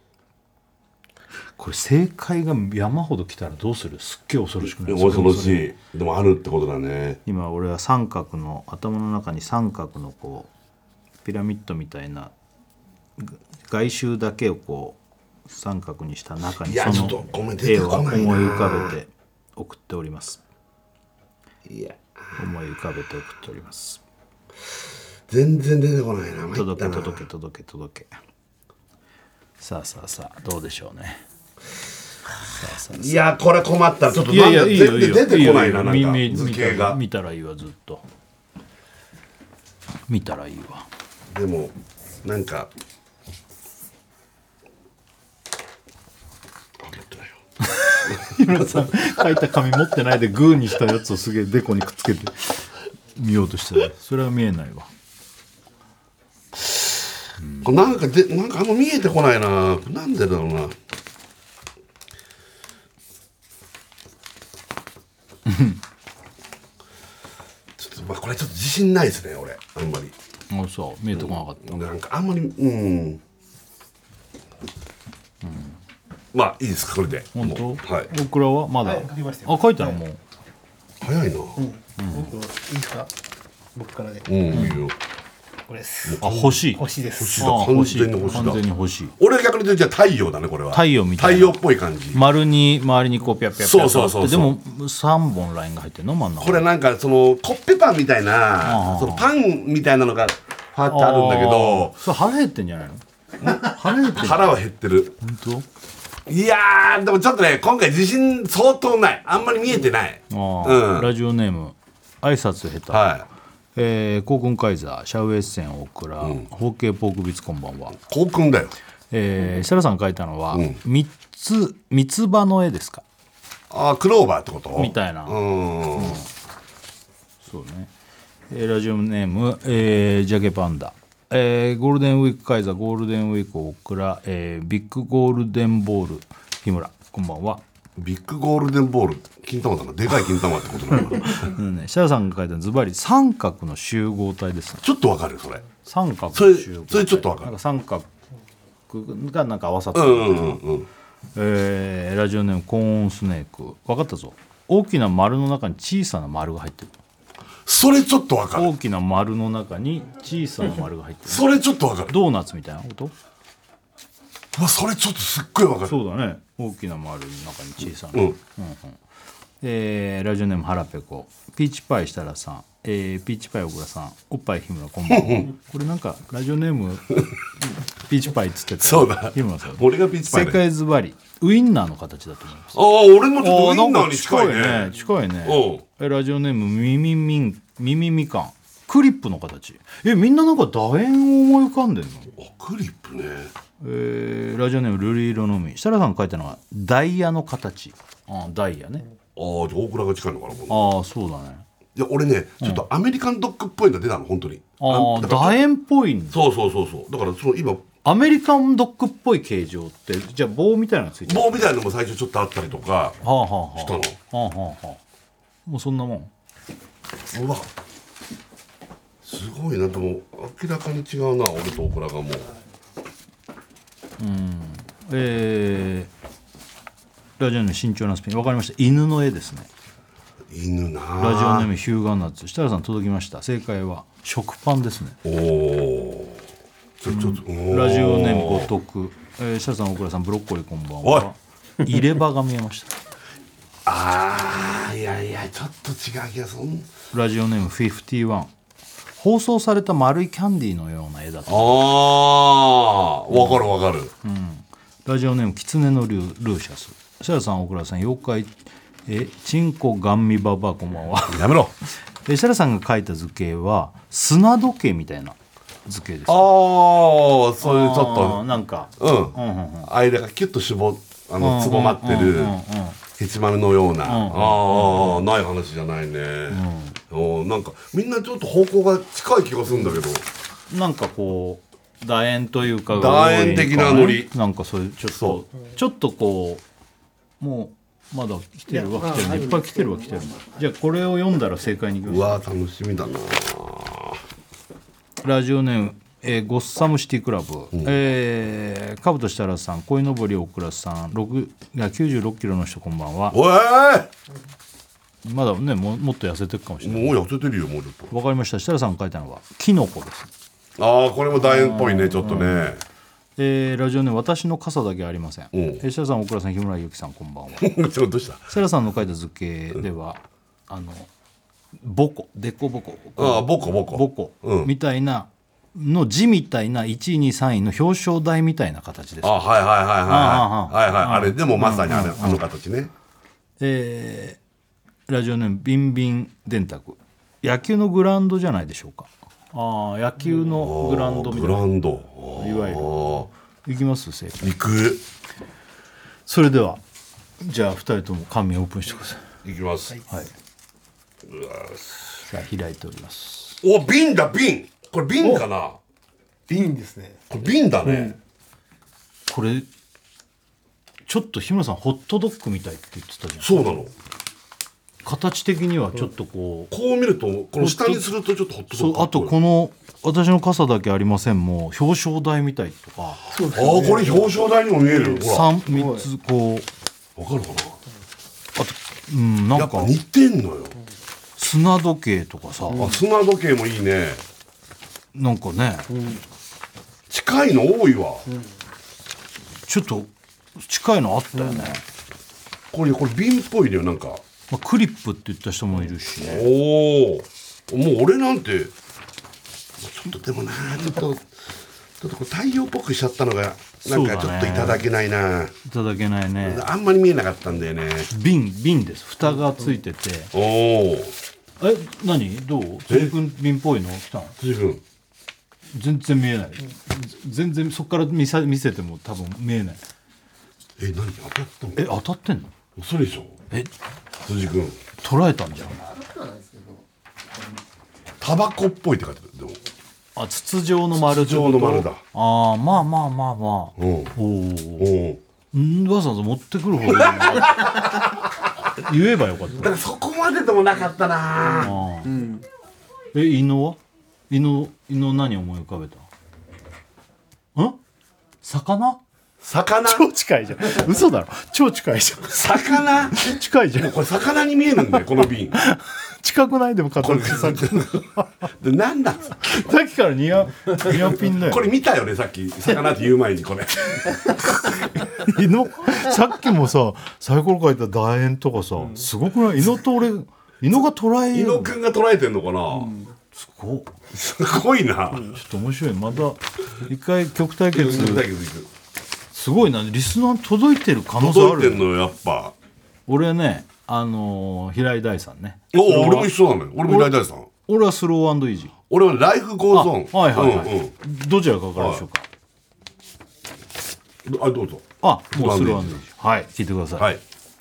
これ正解が山ほど来たらどうする？すっげえ恐ろしくない？ 恐ろしい。でもあるってことだね。 今俺は三角の頭の中に三角のこうピラミッドみたいな外周だけをこう三角にした中にその絵を思い浮かべて送っております。いや思い浮かべて送っております。 全然出てこないな。 届け届け届け届け。さあさあさあどうでしょうね。さあさあさあいやこれ困った。ちょっといやいやいいよいいよ。 出てこないな。なんか見図形が見たらいいわ。ずっと見たらいいわ。 でもなんか日村さん書いた紙持ってないでグーにしたやつをすげえデコにくっつけて見ようとしてる。それは見えないわ。 うん、なんかでなんかあんま見えてこないな。なんでだろうな。ちょっとまあこれちょっと自信ないですね俺あんまり。 あそう見えてこなかった。 うん、なんかあんまりうん、うん、まあいいですかこれで。 本当？ はい。 大倉はまだ、はい、 書きましたよ。 あ書いたの、はい、もう早いな。うん。 僕いいですか僕からで。 うんいいよ。 これです。 あ欲しい欲しいです。 星だ完全に星だ。 完全に欲しい。 俺逆に言うとじゃあ太陽だねこれは。 太陽みたいな。 太陽っぽい感じ。 丸に周りにこうピャピャピャそうそうそうそう。 でも三本ラインが入ってるの真ん中。 これなんかそのコッペパンみたいなそのパンみたいなのがファってあるんだけど。 それ腹減ってんじゃないの？腹減ってる。 腹は減ってる。 本当？いやーでもちょっとね今回自信相当ない。あんまり見えてない。 あ、 うん、 ラジオネーム挨拶下手。 はい。 えー、コウ君カイザーシャウエッセン大倉、うん、ホーケーポークビツこんばんは。 コウ君だよ。 えー、設楽さん書いたのは、うん、三つ三つ葉の絵ですか。 ああクローバーってこと？ みたいな。 うん、うん、 そうね。えー、ラジオネーム、えー、ジャケパンダ、えー、ゴールデンウィークカイザーゴールデンウィーク大倉、えー、ビッグゴールデンボール日村こんばんは。 ビッグゴールデンボール金玉だな。でかい金玉ってことなのかな。 ね、設楽さんが書いたズバリ三角の集合体です、ね、 ちょっとわかるそれ。 三角の集合体。 それそれちょっとわかる。 なんか三角がなんか合わさってる、うんうんうん、 えー、ラジオネームコーンスネーク分かったぞ。大きな丸の中に小さな丸が入ってる。 それちょっとわかる。 大きな丸の中に小さな丸が入ってる。 それちょっとわかる。 ドーナツみたいなこと？ うわそれちょっとすっごいわかる。 そうだね。大きな丸の中に小さな、うんうんうん、 えーラジオネームはらぺこ、ピーチパイ設楽さん、えーピーチパイ小倉さん、おっぱい日村こんばんは。これなんかラジオネームピーチパイっつってたそうだ日村さん、 俺がピーチパイ正ね。 解ズバリウインナーの形だと思います。 ああ、俺もちょっとウインナーに近いね。 近いね。 おうえラジオネームミミミンミミみかん、クリップの形。えみんななんか楕円を思い浮かんでんの。 あ、クリップね。 えーラジオネームルリ色のみ、設楽さんが書いたのはダイヤの形。あダイヤね。 ああ、じゃあ大倉が近いのかな。もうああそうだね。 いや俺ね、ちょっとアメリカンドッグっぽいの出たの本当に。 ああだから楕円っぽいんだ。 そうそうそうそう。だからその今アメリカンドッグっぽい形状ってじゃあ棒みたいなのがついてる。 棒みたいなのも最初ちょっとあったりとかはあはあはあ。 したの。 はあはあはあ。もうそんなもん。 うわ、すごいな。でも明らかに違うな、俺と大倉がもう。 えー、ラジオネーム慎重なスピン、わかりました。犬の絵ですね。 犬な。 ラジオネームヒューガーナッツ、設楽さん届きました。正解は食パンですね。 おお。ちょちょっと、 ラジオネームごとく、えー、設楽さん大倉さんブロッコリーこんばんは。入れ歯が見えました。 ああ、いやいや、ちょっと違う気がする。 ラジオネームフィフティワン、放送された丸いキャンディーのような絵だと。 ああ、わかるわかる。 ラジオネームキツネのルールーシャス、設楽さん大倉さん妖怪えチンコガンミババアこんばんは。 やめろ。 え設楽さんが描いた図形は砂時計みたいな図形です。 ああ、そういうちょっあーとなんか、 うん、 うんうんうん、 間がキュッと絞あのつぼまってるうんうんうんうんヘチマルのような、 んああ、ない話じゃないね。おなんかみんなちょっと方向が近い気がするんだけど。 なんかこう楕円というか楕円的なノリ、 なんかそういうちょっそとちょっとこうもうまだ来てるわ来てるね、いっぱい来てるわ来てる。じゃあこれを読んだら正解にいきます。 うわ楽しみだな。 ラジオネーム、えーゴッサムシティクラブ、うん、えー、カブト設楽さん、鯉のぼり大倉さん、ろくいやきゅうじゅうろっキロの人こんばんは。 おいまだね も, もっと痩せてるかもしれない。 もう痩せてるよもうちょっと。 わかりました。設楽さんが書いたのはキノコです。 ああ、これも楕円っぽいね、ちょっとね。 えー、ラジオネーム私の傘だけありません。 うん、 えー、設楽さん大倉さん日村ゆきさんこんばんは。 ちょっとどうした。 設楽さんの書いた図形では、うん、あのボコデコボコああボコボコボコ、 うん、 みたいなの字みたいないちいにさんいの表彰台みたいな形です。 あはいはいはいはいはいはい、あれでもまさにあれ、 うんうんうん、 あの形ね。 えー、ラジオネームビンビン電卓、野球のグラウンドじゃないでしょうか。ああ野球のグラウンドみたいな、 グラウンドいわゆるいきます正解。 いく。 それではじゃあふたりとも紙をオープンしてください。 いきます。 はい、うわさあ開いております。 お瓶だ瓶。これ瓶かな。 瓶ですね。 これ瓶だね、うん、 これちょっと日村さんホットドッグみたいって言ってたじゃん。 そうなの。 形的にはちょっとこう、 うん、こう見るとこの下にするとちょっとホットドッグ。 あとこの私の傘だけありませんも表彰台みたいとか。 そうですね、 ああこれ表彰台にも見える。ほら 3, 3つこうわかるかな。 あとうんなんかやっぱ似てんのよ。 砂時計とかさ、 うん、あ砂時計もいいね。 なんかね、 うん、近いの多いわ、うん、 ちょっと近いのあったよね、 うん、これこれ瓶っぽいよなんか、 まあ、クリップって言った人もいるしね。 おおもう俺なんてちょっとでもなちょっとちょっとこう太陽っぽくしちゃったのがなんかちょっといただけないな、ね、 いただけないね。 あんまり見えなかったんだよね。 瓶瓶です。蓋がついてて、 うん、おおえ何どう辻君瓶っぽいの来たの。 辻君全然見えない。全然そこから見さ見せても多分見えない。 え何当たったの。 え当たってんの。 嘘でしょ。え辻君捉えたんじゃん。 タバコっぽいって書いてある。でもあ筒状の丸。 筒状の丸だ。 ああまあまあまあまあ。おおんわざわざ持ってくるほど言えばよかった。だからそこまででもなかったなあ、 うん、え伊野は伊野伊野何思い浮かべた。ん魚魚超近いじゃん。嘘だろ超近いじゃん。 魚近いじゃん。 これ魚に見えるんだよこの瓶近くないでも形さっきでなんださっきからニヤニヤピンだよ。 これ見たよねさっき魚って言う前にこれイノさっきもさサイコロ書いた楕円とかさ、うん、すごくない？イノと俺イノが捉えイノくんが捉えてんのかな、うん、 すごすごいな、 うん、ちょっと面白い。また一回曲対決曲対決いく。 すごいな。リスナー届いてる可能性ある。 届いてんのよやっぱ。俺ねあのー、平井大さんね。 お俺も一緒なのよ。俺も平井大さん。 俺はスロー&イージー。 俺はライフゴーゾーン。 はいはいはい、うんうん、どちらかからでしょうか。 あどうぞ。 あもうスロー&イージーはい聞いてください。はい。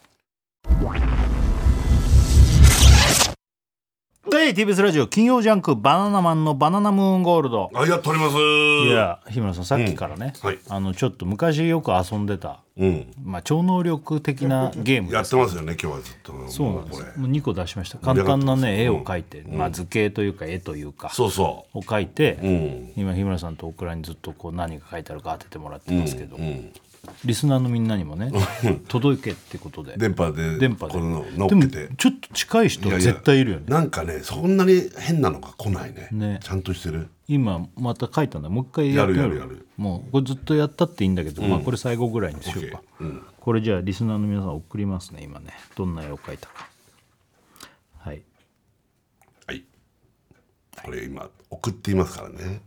で ティービーエス ラジオ金曜ジャンクバナナマンのバナナムーンゴールド。 あやっております。 いや日村さんさっきからね、うんはい、あのちょっと昔よく遊んでた、うんまあ、超能力的なゲームやってますよね今日はずっと。 そうなんです。もうにこ出しました。簡単なね絵を描いて、うんまあ、図形というか絵というか、 そうそうを描いて、うん、今日村さんと大倉にずっとこう何が書いてあるか当ててもらってますけど、うんうんリスナーのみんなにもね届けってことで電波で電波でこの乗っけて。 でもちょっと近い人は絶対いるよね。 いやいやなんかねそんなに変なのが来ない ね, ねちゃんとしてる。 今また書いたんだ。もう一回やってみる。やるやるやる。もうこれずっとやったっていいんだけど、うんまあ、これ最後ぐらいにしようか、うん、これじゃあリスナーの皆さん送りますね。今ねどんな絵を描いたか。はいはいこれ今送っていますからね。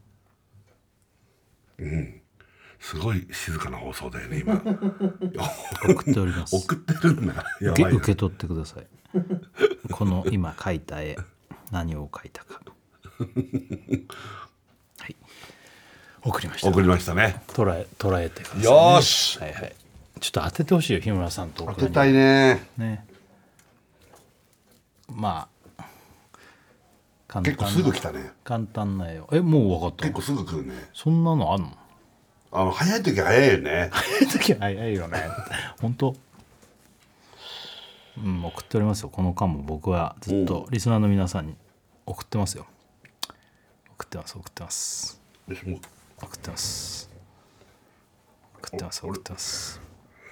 うんすごい静かな放送だよね今送っております。 送ってるんだ。やばいよ。受け取ってくださいこの今描いた絵何を描いたかはい送りました。 送りましたね。 捉え捉えてください、ね、 よし、 はいはい、ちょっと当ててほしいよ日村さんと。 当てたいね。 ねまあ簡単結構すぐ来たね。 簡単な絵をえもう分かった。 結構すぐ来るね。 そんなのあんの？ あの早い時は早いよね。 早い時は早いよね本当。うん送っておりますよ。この間も僕はずっとリスナーの皆さんに送ってますよ。送ってます送ってます送ってます送ってます送ってます。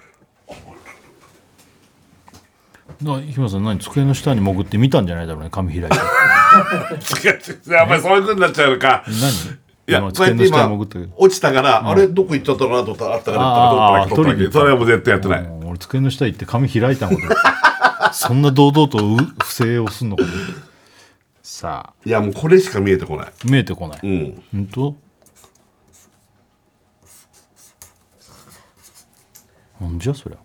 な日村さん何机の下に潜って見たんじゃないだろうね紙開いてやっぱりそういう風になっちゃうのか。 何いや、そうやって今落ちたから、うん、あれどこ行っちゃったかなと思ったらあったから取っただけ。それはもう絶対やってない。 俺机の下行って紙開いたのかそんな堂々と不正をすんのかさあいやもうこれしか見えてこない。 見えてこない。 うん本当なんじゃそりゃ。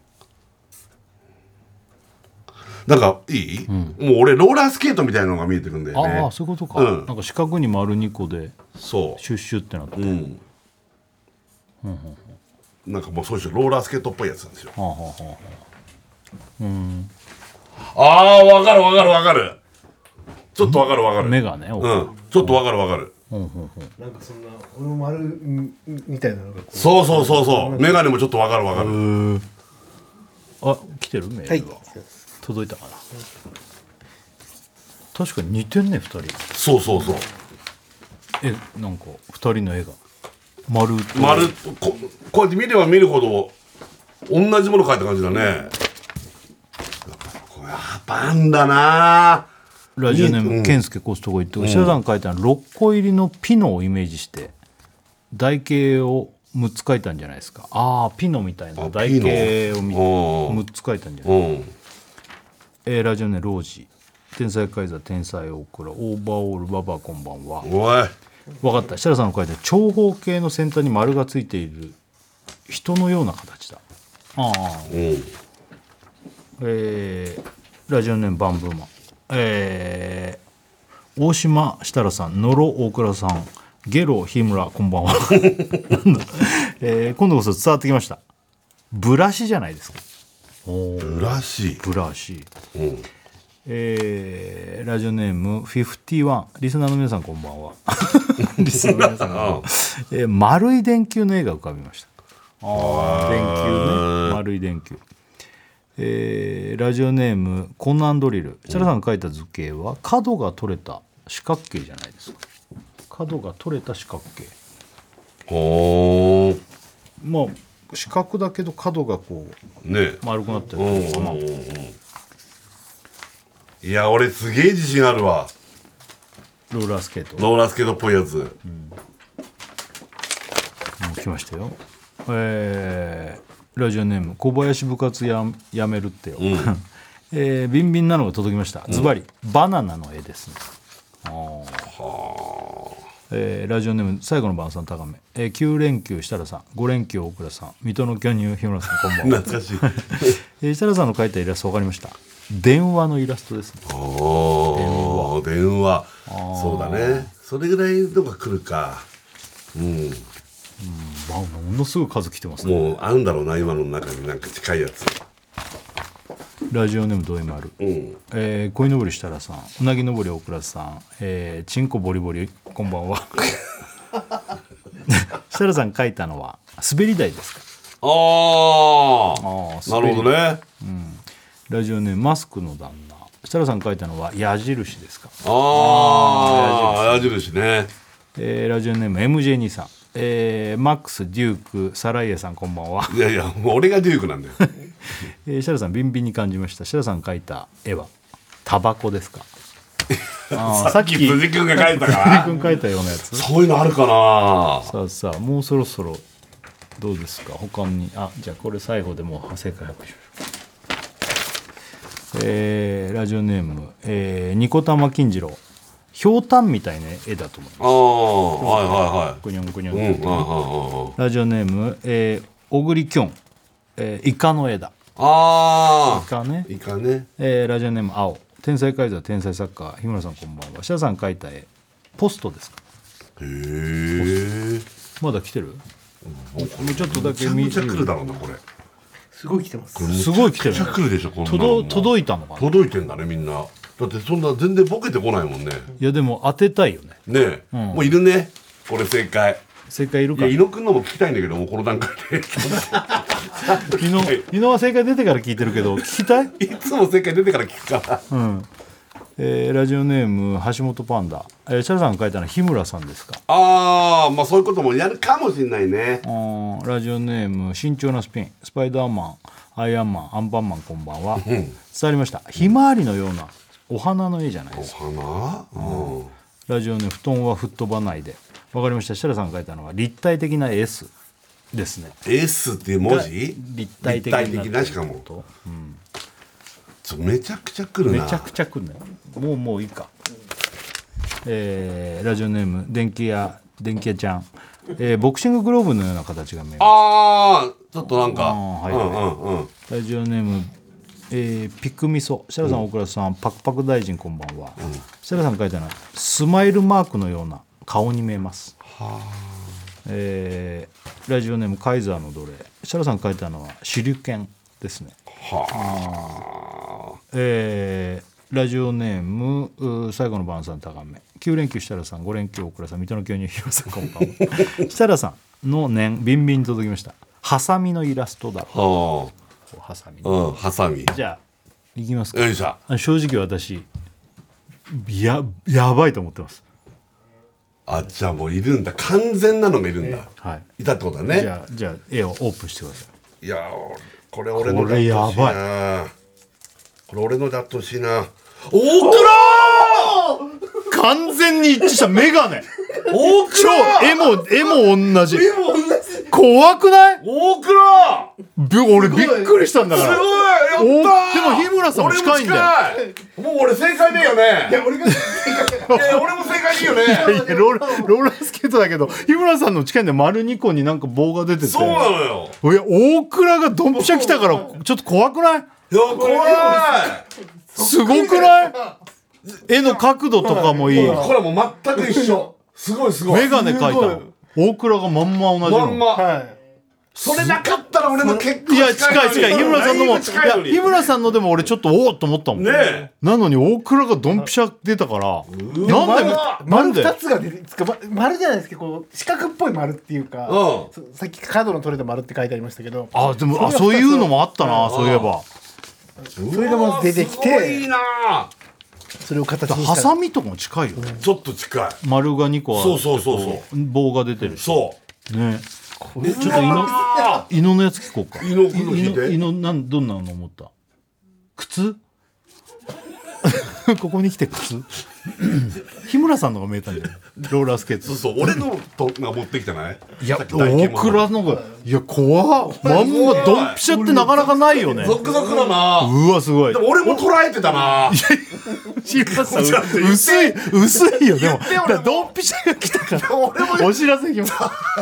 なんかいい、うん、もう俺ローラースケートみたいなのが見えてるんだよね。 ああそういうことか、うん、なんか四角に丸にこでそうシュッシュってなって、うんうんうんうん、なんかもうそういうローラースケートっぽいやつなんですよ。 はあはあはあ、うんあーわかるわかるわかる。ちょっとわかるわかる。 目がね、 うん、ちょっとわかるわかる。 なんかそんな俺も丸みたいなのがそうそうそうそうメガネもちょっとわかるわかる。 あ来てるメールが、はい、届いたかな。確かに似てんねふたり。 そうそうそう。 えなんかふたりの絵が丸丸 こ, こうやって見れば見るほど同じもの描いた感じだね。やっぱパンだな。 ラジオネーム健介コストコ行って、白さん書いたのはろっこ入りのピノをイメージして台形をむっつ書いたんじゃないですか。ああピノみたいな台形をむっつ書いたんじゃないですか。えー、ラジオネームロージ天才カイザー天才大倉オーバーオールババアこんばんは。 おい分かった。設楽さんの書いた長方形の先端に丸がついている人のような形だ。ああ、うん、えー、ラジオネームバンブーマン、えー、大島設楽さん野呂大倉さんゲロ日村こんばんは、えー、今度こそ伝わってきました。ブラシじゃないですか。 おブラシブラシ、 うんえー、ラジオネームフィフティワンリスナーの皆さんこんばんはリスナーの皆さんこんばんは、えー、丸い電球の絵が浮かびました。あ電球ね丸い電球、えー、ラジオネームコナンドリル設楽さんが描いた図形は角が取れた四角形じゃないですか。角が取れた四角形。 おまあ四角だけど角がこう、ね、丸くなってるのかな。 いや俺すげえ自信あるわ。 ローラースケートローラースケートっぽいやつ、うん、もう来ましたよ。えー、ラジオネーム小林部活 や, やめるってよ、うん、えー、ビンビンなのが届きました。ズバリ、うん、バナナの絵ですね。あはえー、ラジオネーム最後の晩さん高め、えー、きゅう連休設楽さん、ご連休大倉さん、水戸の巨乳日村さん、こんばんは。 懐かしい、 えー、設楽さんの描いたイラスト分かりました。電話のイラストですね。 おー電話、電話そうだね。それぐらいのが来るか。うん、うん、 まあ、ものすごい数来てますね。 もうあるんだろうな今の中になんか近いやつ。 ラジオネームどいまる、うん、えー、恋のぼり設楽さん、うなぎのぼり大倉さん、えー、チンコボリボリこんばんは。設楽さん書いたのは滑り台ですか。 ああなるほどね、 うん、ラジオネームマスクの旦那、設楽さん書いたのは矢印ですか。 ああ矢印ね、 えー、ラジオネーム エムジェーにじゅうさん、えー、マックスデュークサライエさんこんばんは。 いやいやもう俺がデュークなんだよ。 えー、設楽さんビンビンに感じました。設楽さん描いた絵はタバコですか。 あさっき辻君が描いたから辻君描いたようなやつ。 そういうのあるかな。 さあさあもうそろそろどうですか他に。あじゃあこれ最後でもう正解発表しましょう。えー、ラジオネーム、えー、ニコタマ金次郎、ひょうたんみたいな絵だと思います。ああはいはいはい。 ぐにょんぐにょん、うん、ラジオネーム、えー、小栗きょん、えー、イカの絵だ。 あイカね。 イカね。 えー、ラジオネーム青、天才カイザー天才サッカー日村さんこんばんは。設楽さん描いた絵ポストですか。 へえ。 まだ来てる。もうちょっとだけ見て。めちゃくちゃ来るだろうなこれ。 すごい来てます。 すごい来てる、 ね。めちゃくちゃ来るでしょこんなの。 届届いたのかな。 届いてんだねみんな。だってそんな全然ボケてこないもんね。 いやでも当てたいよね。 ねえ、うん、もういるね。これ正解。 正解いるか。 いや伊野くんのも聞きたいんだけどもこの段階で。 伊野伊野は正解出てから聞いてるけど聞きたい。 いつも正解出てから聞くから。 うん。えー、ラジオネーム橋本パンダ、えー、シャルさんが書いたのは日村さんですか。 ああまあそういうこともやるかもしれないね。 あラジオネーム慎重なスピン、スパイダーマン、アイアンマン、アンパンマンこんばんは。伝わりました。ひまわりのようなお花の絵じゃないですか。 お花、うん、 ラジオネーム布団は吹っ飛ばないで。わかりました。シャルさんが書いたのは立体的な S ですね。 S っていう文字立体的な, 立体的なしかも、うん、ちょめちゃくちゃ来るな。 めちゃくちゃ来るね。もうもういいか。えー、ラジオネーム電気屋電気屋ちゃん、えー、ボクシンググローブのような形が見えます。ああちょっとなんか、はいはいうんうん、ラジオネーム、えー、ピクミソ、設楽さん、うん、大倉さん、パクパク大臣こんばんは。設楽さんが書いたのはスマイルマークのような顔に見えます。はえー、ラジオネームカイザーの奴隷、設楽さんが書いたのは手裏剣ですね。はえー、ラジオネーム最後の晩さん高め、きゅう連休設楽さん、ご連休大倉さん、水戸の巨乳ひろさんこんばんは。設楽さんの念ビンビンに届きました。ハサミのイラストだろう。ハサミ、 うん、ハサミ。 じゃあいきますか。 よいしょ。 正直私 や, やばいと思ってます。 あじゃあもういるんだ。完全なのがいるんだ、えー、はい、いたってことだね。 じゃあじゃあ絵をオープンしてください。いやこれ俺のこれやばい。 これ俺のであってほしいな。大倉完全に一致したメガネ。大倉絵も絵も同じ。 絵も同じ。 怖くない？ 大倉俺びっくりしたんだから。 すごいやったー。 でも日村さんも近いんだよ。 もう俺正解だよね。いや俺が正解。いや俺も正解でいいよね。いやいやローラーローラースケートだけど日村さんの近いんで丸にこになんか棒が出てて。 そうなのよ。 いや大倉がドンピシャ来たからちょっと怖くない？いや怖い。 すごくない？絵の角度とかもいい。 これもう全く一緒。すごいすごい。 メガネ描いたの。大倉がまんま同じの。 まんま。はい。それなかったら俺の結構いや近い近い。日村さんのもいや日村さんのでも俺ちょっとおおっと思ったもん。ね。なのに大倉がドンピシャ出たから。なんで丸二つが出て丸じゃないですけどこう四角っぽい丸っていうか。さっき角の取れた丸って書いてありましたけど。 あでもあそういうのもあったなそういえば。 それがまず出てきて。 すごいな。 それを形にした。 ハサミとかも近いよね。 ちょっと近い。 丸がにこある。 そうそうそうそう。 棒が出てるし。 そうね。えちょっと伊野伊野のやつ聞こうか。 伊野君の聞いて。 伊野なんどんなの思った？靴？ ここに来て靴日村さんのが見えたんじゃないローラースケート。 そうそう俺のとが持ってきてない。 いや大倉のがいや怖っまんまドンピシャってなかなかないよね。 ゾクゾクだな。 うわすごい。 でも俺も捉えてたな。 日村さん薄い薄いよ。でもドンピシャが来たからお知らせきます。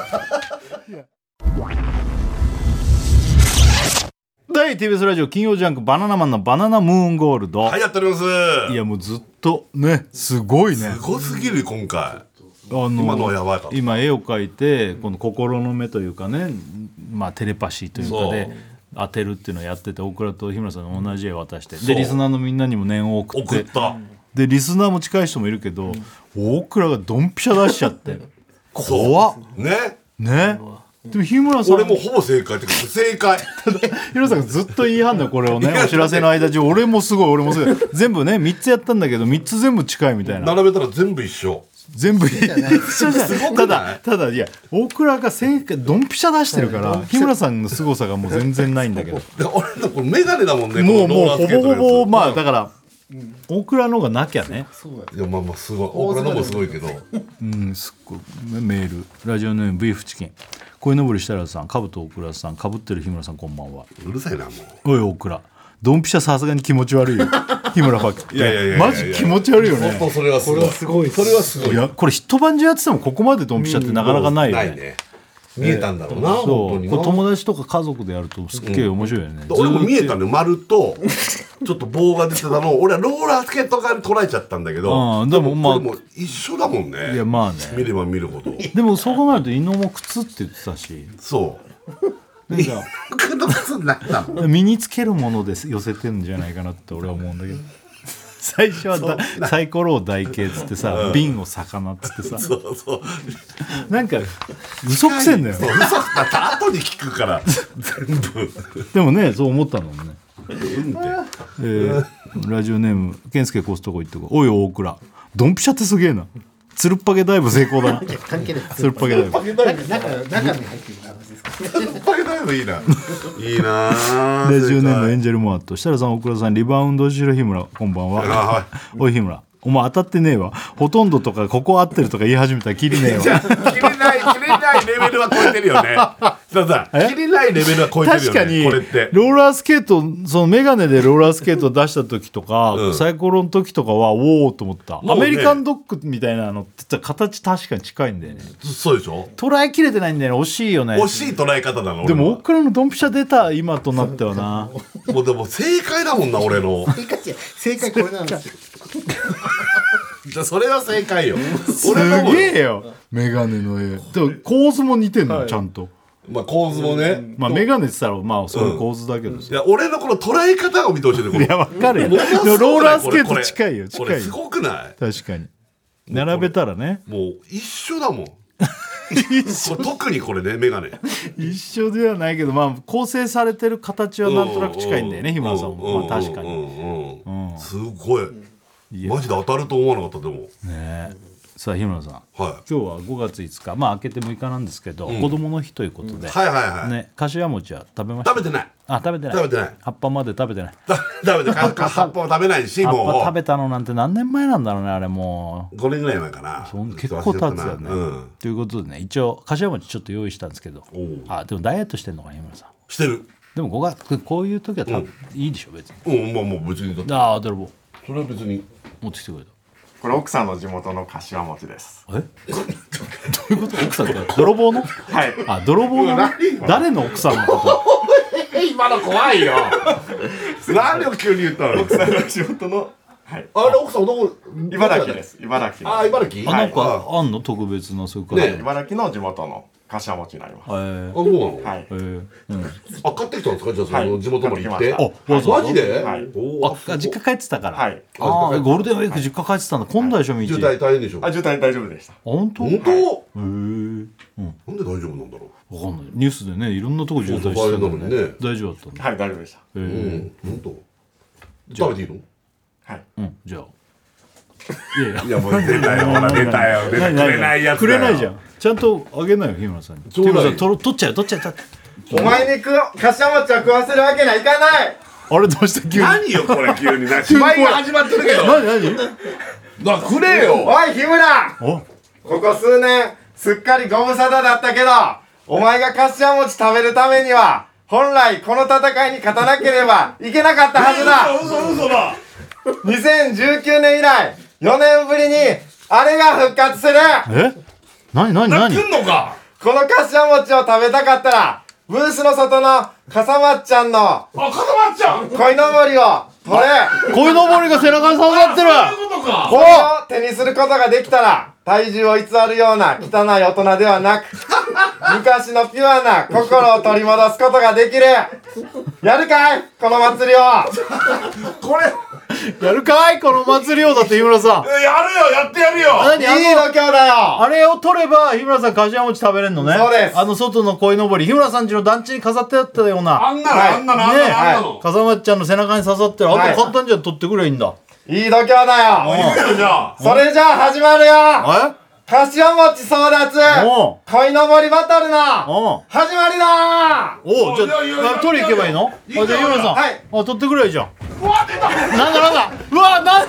大 ティービーエス ラジオ金曜ジャンクバナナマンのバナナムーンゴールド。 はいやっております。 いやもうずっとねすごいね。 すごすぎる今回。 あの今のはやばいか。 今絵を描いてこの心の目というかね、まあテレパシーというかで当てるっていうのをやってて、大倉と日村さんに同じ絵を渡して、でリスナーのみんなにも念を送って、 送ったでリスナーも近い人もいるけど、大倉がドンピシャ出しちゃって怖っね。 ね。でも日村さん俺もほぼ正解ってか正解。 日村さんがずっと言い張んだよこれをねお知らせの間中。俺もすごい俺もすごい全部ねみっつやったんだけどみっつ全部近いみたいな。 並べたら全部一緒。 全部一緒じゃないただただいや大倉が正解ドンピシャ出してるから日村さんの凄さがもう全然ないんだけど俺のこれメガネだもんね。 もうもうほぼほぼまあだかから大倉のがなきゃね。 いやまあまあすごい大倉のもすごいけどうんすっごいメールラジオネームビーフチキン恋のぼり設楽さんかぶと大倉さんかぶってる日村さんこんばんは。 うるさいなもおい大倉ドンピシャさすがに気持ち悪いよ日村ファック。 いやいやいやいやマジ気持ち悪いよね。 本当それはすごい。 すごいそれはすごい。 いやこれ一晩中やっててもここまでドンピシャってなかなかないよね。 ないね。見えたんだろうな、 そう本当にな。 これ友達とか家族でやるとすっげえ面白いよね、 で俺も見えたね、丸とちょっと棒が出てたのを俺はローラースケート側に捉えちゃったんだけど、 うんでもまあこれも一緒だもんね。 いやまあね見れば見るほど。 でもそう考えると伊野も靴って言ってたし、 そうなんか僕の靴になったもん。 身につけるもので寄せてんじゃないかなって俺は思うんだけど最初はだサイコロを台形っつってさ、うん、瓶を魚っつってさ、 そうそうなんか嘘くせんだよ。 嘘だった後に聞くから全部でもねそう思ったのもね、えー、ラジオネーム健介コストコ行ってこおい大倉ドンピシャってすげえな。つるっぱげダイブ成功だな。 関係ない。 つるっぱげダイブ。 中中に入ってる話ですか。 つるっぱげダイブいいな。いいな。 ラジオネームエンジェルモアット設楽さん大倉さんリバウンドしろ日村こんばんは。 はい、 おい日村お前当たってねえわ。ほとんどとかここ合ってるとか言い始めたらキリねえわ。 切れない切れないレベルは超えてるよね。だから切れないレベルは超えてるよね。 確かにこれってローラースケートそのメガネでローラースケート出した時とか、うん、サイコロの時とかはおおと思った、ね、アメリカンドッグみたいなのって形確かに近いんだよね。 そうでしょ。 捉えきれてないんだよね。惜しいよね。 惜しい捉え方なの。 でも大倉のドンピシャ出た今となってはなもうでも正解だもんな俺の正解これなんですよ。 じゃそれは正解よ。 すげえよメガネの絵。でも構図も似てんの、はい、ちゃんと。 まあ構図もね、 まあメガネって言ったらまあそういう構図だけどさ、 うん、いや俺のこの捉え方を見てほしいね。これいやわかるよ。ローラースケート近いよ近いよ。 これすごくない？ 確かに並べたらねもう一緒だもん。一緒特にこれねメガネ一緒ではないけどまあ構成されてる形はなんとなく近いんだよね日村さんも。まあ確かにすごいマジで当たると思わなかった。でもね。 さあ日村さん、はい、今日はごがついつかまあ明けてむいかなんですけど、うん、子供の日ということで、うん、 はいはいはいね、かしわ餅は食べました？ 食べてない。 あ食べてない食べてない。葉っぱまで食べてない。 食べて葉っぱは食べないしもう葉っぱ食べたのなんて何年前なんだろうねあれもうごねんぐらい前かな。 結構経つよね、うん、ということでね一応かしわ餅ちょっと用意したんですけど、あでもダイエットしてんのかな日村さん。 してる。でもごがつこういう時は多分、うん、いいでしょ別に。うんまあもう別にだって。 ああ泥棒それは別に持ってきてくれた。 これ奥さんの地元のかしわ餅です。 え？どういうこと？奥さんって泥棒の？ はい。 あ泥棒の？誰の奥さんのこと？ 今の怖いよ。何を急に言ったの？ 奥さんの地元の。はい。 あれ奥さんどこ？ 茨城です。茨城。 あ茨城？ あなんかあんの特別なそういうか。 ね茨城の地元のかしわ餅になります。 あそうなの？ はい。 あ買ってきたんですかじゃあその地元まで行って？ あマジで？ はい。 あ実家帰ってたから。 はい。 あゴールデンウィーク実家帰ってたんだ。混んだでしょ道。 渋滞大変でしょ。 あ渋滞大丈夫でした。 本当？ 本当？へえ。 なんで大丈夫なんだろう。わかんない。ニュースでねいろんなとこ渋滞してたのにね。大丈夫だったんだ。 はい大丈夫でした。 うん。本当。食べていいの？ はい。 うんじゃあ。 いやいやいやもう出たよほら出たよ。くれないやつだよ。 くれないじゃん。ちゃんとあげないよ日村さんに。日村さん取っちゃう取っちゃう。 お前にかしわ餅は食わせるわけにはいかない。 あれどうした急に。 何よこれ急にな芝居が始まってるけど何何だくれよ。 おい日村、 おここ数年すっかりご無沙汰だったけど、お前がかしわ餅食べるためには本来この戦いに勝たなければいけなかったはずだ。 嘘嘘だ。 にせんじゅうきゅうねん以来よねんぶりにあれが復活する。 え何何何来んのか。 このかしわ餅を食べたかったらブースの外のかさまっちゃんのあ、かさまっちゃん。 鯉のぼりを取れ。 鯉のぼりが背中に刺さってる。 そういうことか。 これを手にすることができたら体重を偽るような汚い大人ではなく昔のピュアな心を取り戻すことができる。やるかいこの祭りを。 これやるかいこの祭りを。だって日村さんやるよ、やってやるよ。 何あのいい度胸だよ。 あれを取れば日村さんかしわ餅食べれんのね。 そうです。 あの外の鯉のぼり、日村さん家の団地に飾ってあったようなあんなの、 はいあんなの、あんなの、あんなの。 かさまっちゃんの背中に刺さってる。あんはいた簡単じゃん取ってくればいいんだ。 いい度胸だよ。 いいよじゃあ。 それじゃあ始まるよ。 えかしわ餅争奪おう鯉のぼりバトルのおう始まりだ。 おうじゃあいやいやいやあ取り行けばいいの。あいいよじゃあ日村さん、 はいあ取ってくればいいじゃん。 うわ、出た。 なんだなんだうわなんだ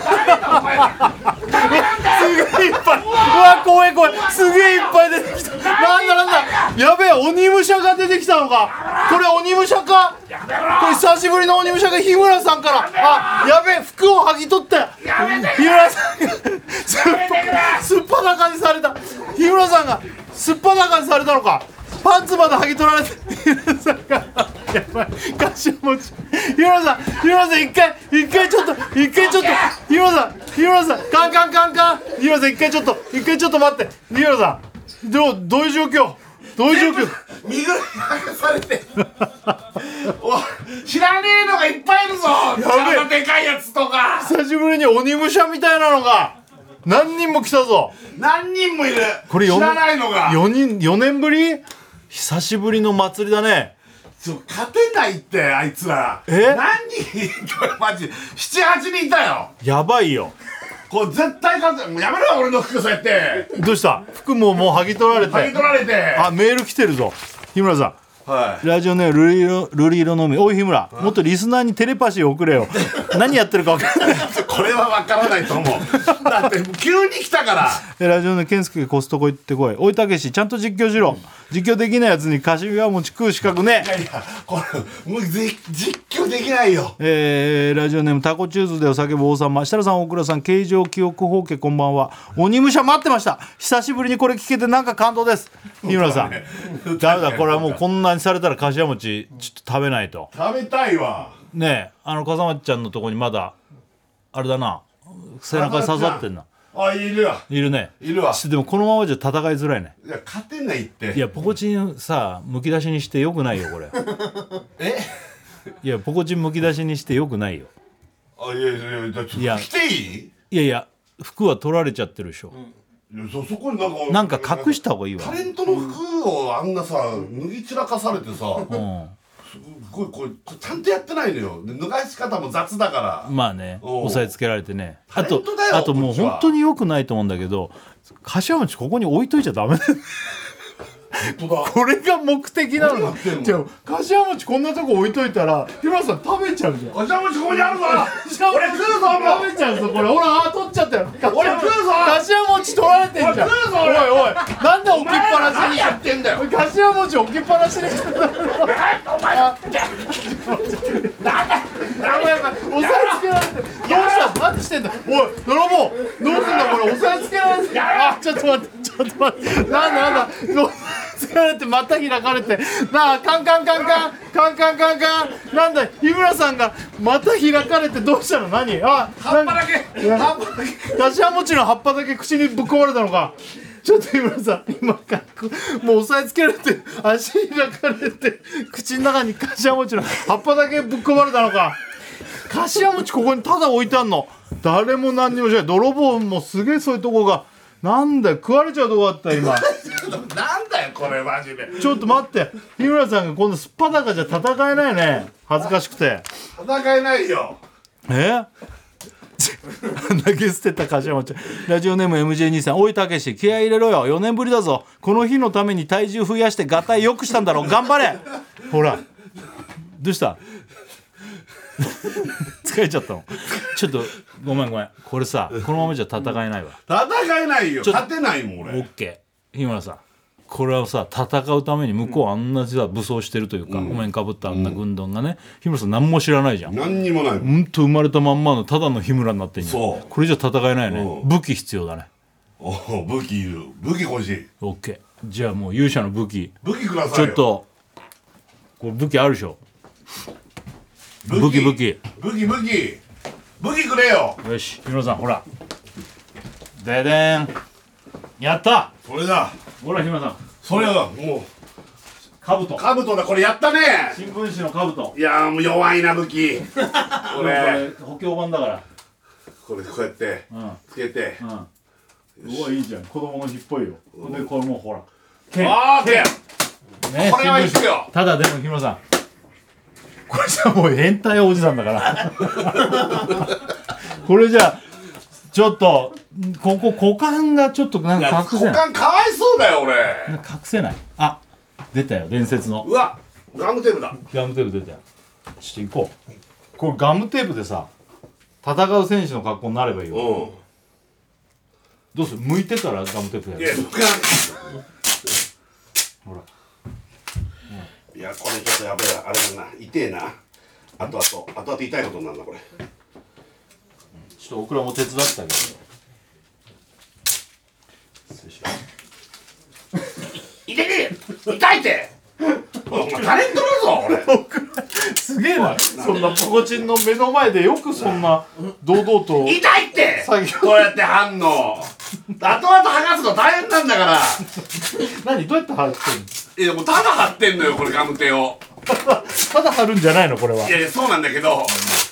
すげえいっぱいうわ怖い怖いすげえいっぱい出てきた。なんだなんだやべえ鬼武者が出てきたのか。これ鬼武者か。これ久しぶりの鬼武者が日村さんから。あやべえ服を剥ぎ取って日村さんがすっぱすっぱだかにされた。日村さんがすっぱだかにされたのか。パンツまで剥ぎ取られて日村さんがやばいかしわ餅。日村さん日村さん一回一回ちょっと一回ちょっと日村さん日村さんカンカンカンカン日村さん一回ちょっと一回ちょっと待って日村さんどうどういう状況どういう状況。 身ぐるみ剥がされてお知らねえのがいっぱいいるぞ。 やべえちゃんとでかいやつとか久しぶりに鬼武者みたいなのが何人も来たぞ。 何人もいる。 これよ知らないのがよにんよねんぶり久しぶりの祭りだね。 ちょ勝てないってあいつら。 え何人これマジななはちにんいたよ。 やばいよ。 これ絶対勝て。もうやめろよ俺の服そうやってどうした服ももう剥ぎ取られて剥ぎ取られて。 あメール来てるぞ日村さん。 はいラジオネームルリ色ルリ色のみ。おい日村もっとリスナーにテレパシー送れよ何やってるか分からないこれは分からないと思うだって急に来たからえラジオネーム健介コストコ行ってこい。おいたけしちゃんと実況しろ。実況できないやつにかしわ餅食う資格ねいやいやこれもうじ実況できないよ。 えー、ラジオネームタコチューズでお叫ぶ王様。設楽さん大倉さん形状記憶法家こんばんは。鬼武者待ってました。久しぶりにこれ聞けてなんか感動です。日村さんダメだこれはもうこんなにされたらかしわ餅ちょっと食べないと食べたいわ。 ねえ。あのかさまっちゃんのとこにまだあれだな背中に刺さってんな。 あいるわいるね。 いるわ。 でもこのままじゃ戦いづらいね。 いや勝てないって。 いやポコチンさむき出しにしてよくないよこれえいやポコチンむき出しにしてよくないよ。 あいやいやいやちょっといや来ていい。 いやいや服は取られちゃってるでしょ、 いやそそこになんかなんか隠した方がいいわタ。レントの服をあんなさ脱ぎ散らかされてさ、 うんこれこれちゃんとやってないのよ。で脱がし方も雑だから。 まあねおう押さえつけられてね。あタレとントだよあともうこっちは本当に良くないと思うんだけどかしわ餅ここに置いといちゃダメだよ本当だ。 これが目的なの何やってんのじゃあかしわ餅こんなとこ置いといたら日村さん食べちゃうじゃん。 おじゃもちここにあるぞ。 俺食うぞ食べちゃうぞこれほらあ取っちゃったよ。 俺食うぞかしわ餅取られてんじゃん。 俺食うぞおいおいなんで置きっぱなし何にやってんだよ。 おいかしわ餅置きっぱなしにしてんだお前やばいやばい押さえつけられてどうした何してんだおい泥棒どうすんだこれ押さえつけられてあちょっと待ってちょっと待ってなんだなんだ押さえつけられてまた開かれてなあカンカンカンカンカンカンカンカンなんだ日村さんがまた開かれてどうしたの何あ葉っぱだけ葉っぱだけ。 かしわ餅の葉っぱだけ口にぶっ込まれたのか。ちょっと日村さん今かもう押さえつけられて足開かれて口の中にかしわ餅の葉っぱだけぶっ込まれたのか。かしわ餅ここにただ置いてあんの誰も何にもしない。泥棒もすげえそういうとこがなんだよ食われちゃうとこあった今なんだよこれマジで。 ちょっと待って日村さんがこんなすっぱだかじゃ戦えないね恥ずかしくて。 戦えないよ。 え投げ捨てたかしわ餅。ラジオネーム エムジェーに さん。おいたけし気合い入れろよよねんぶりだぞ。この日のために体重増やしてガタイ良くしたんだろ頑張れほらどうした疲れちゃったの。ちょっとごめんごめん、これさこのままじゃ戦えないわ。 戦えないよ、 ちょ勝てないもんオ俺。 ッケー、日村さん、これはさ戦うために向こうあんなさ武装してるというか、お面かぶったあんな軍団がね、日村さん何も知らないじゃん。 何にもないもん。 ほんと生まれたまんまのただの日村になってんじゃん。 そうこれじゃ戦えないよね。 うん武器必要だね。 おお、武器いる。武器欲しい。 オッケー、じゃあもう勇者の武器武器くださいよ。 ちょっとこれ武器あるでしょ。武器武器武器武器武器くれよ。 よし、日村さんほらででん、やった。 それだ。 ほら日村さん、 それだ。もカブト、 う兜だ。これやったね。 新聞紙のカブト。 いやーもう弱いな武器。ここれれ補強版だから。 これこうやってうんつけて。 うん、うわいいじゃん、子供の日っぽいよ。でこれもうほら剣、 オーケー。 ね、 これはい新聞紙くよ。 ただでも日村さん、これじゃもう変態おじさんだからこれじゃちょっとここ股間がちょっとなんか隠せ股ない、 間かわいそうだよ俺。 隠せない。あ、出たよ伝説のうわ、ガムテープだ。 ガムテープ出たよ。ちょっと行こう。これガムテープでさ戦う選手の格好になればいいよ。 うどうする、向いてからガムテープやん。 る。 いや、僕ほらいや、これちょっとやべえな、あれだな、痛えな。あとあと、あとあと痛いことになるな、これ。 ちょっとオクラも手伝ってあげる。 痛いて痛いってお前タレントだぞ、俺。 すげえな、そんなポコチンの目の前でよくそんな堂々と。 痛いって作業こうやって貼んの。後々剥がすの大変なんだから。 何、どうやって貼ってんの。 いや、もうただ貼ってんのよ、これガムテを。 ただ貼るんじゃないのこれは。 いやいや、そうなんだけど。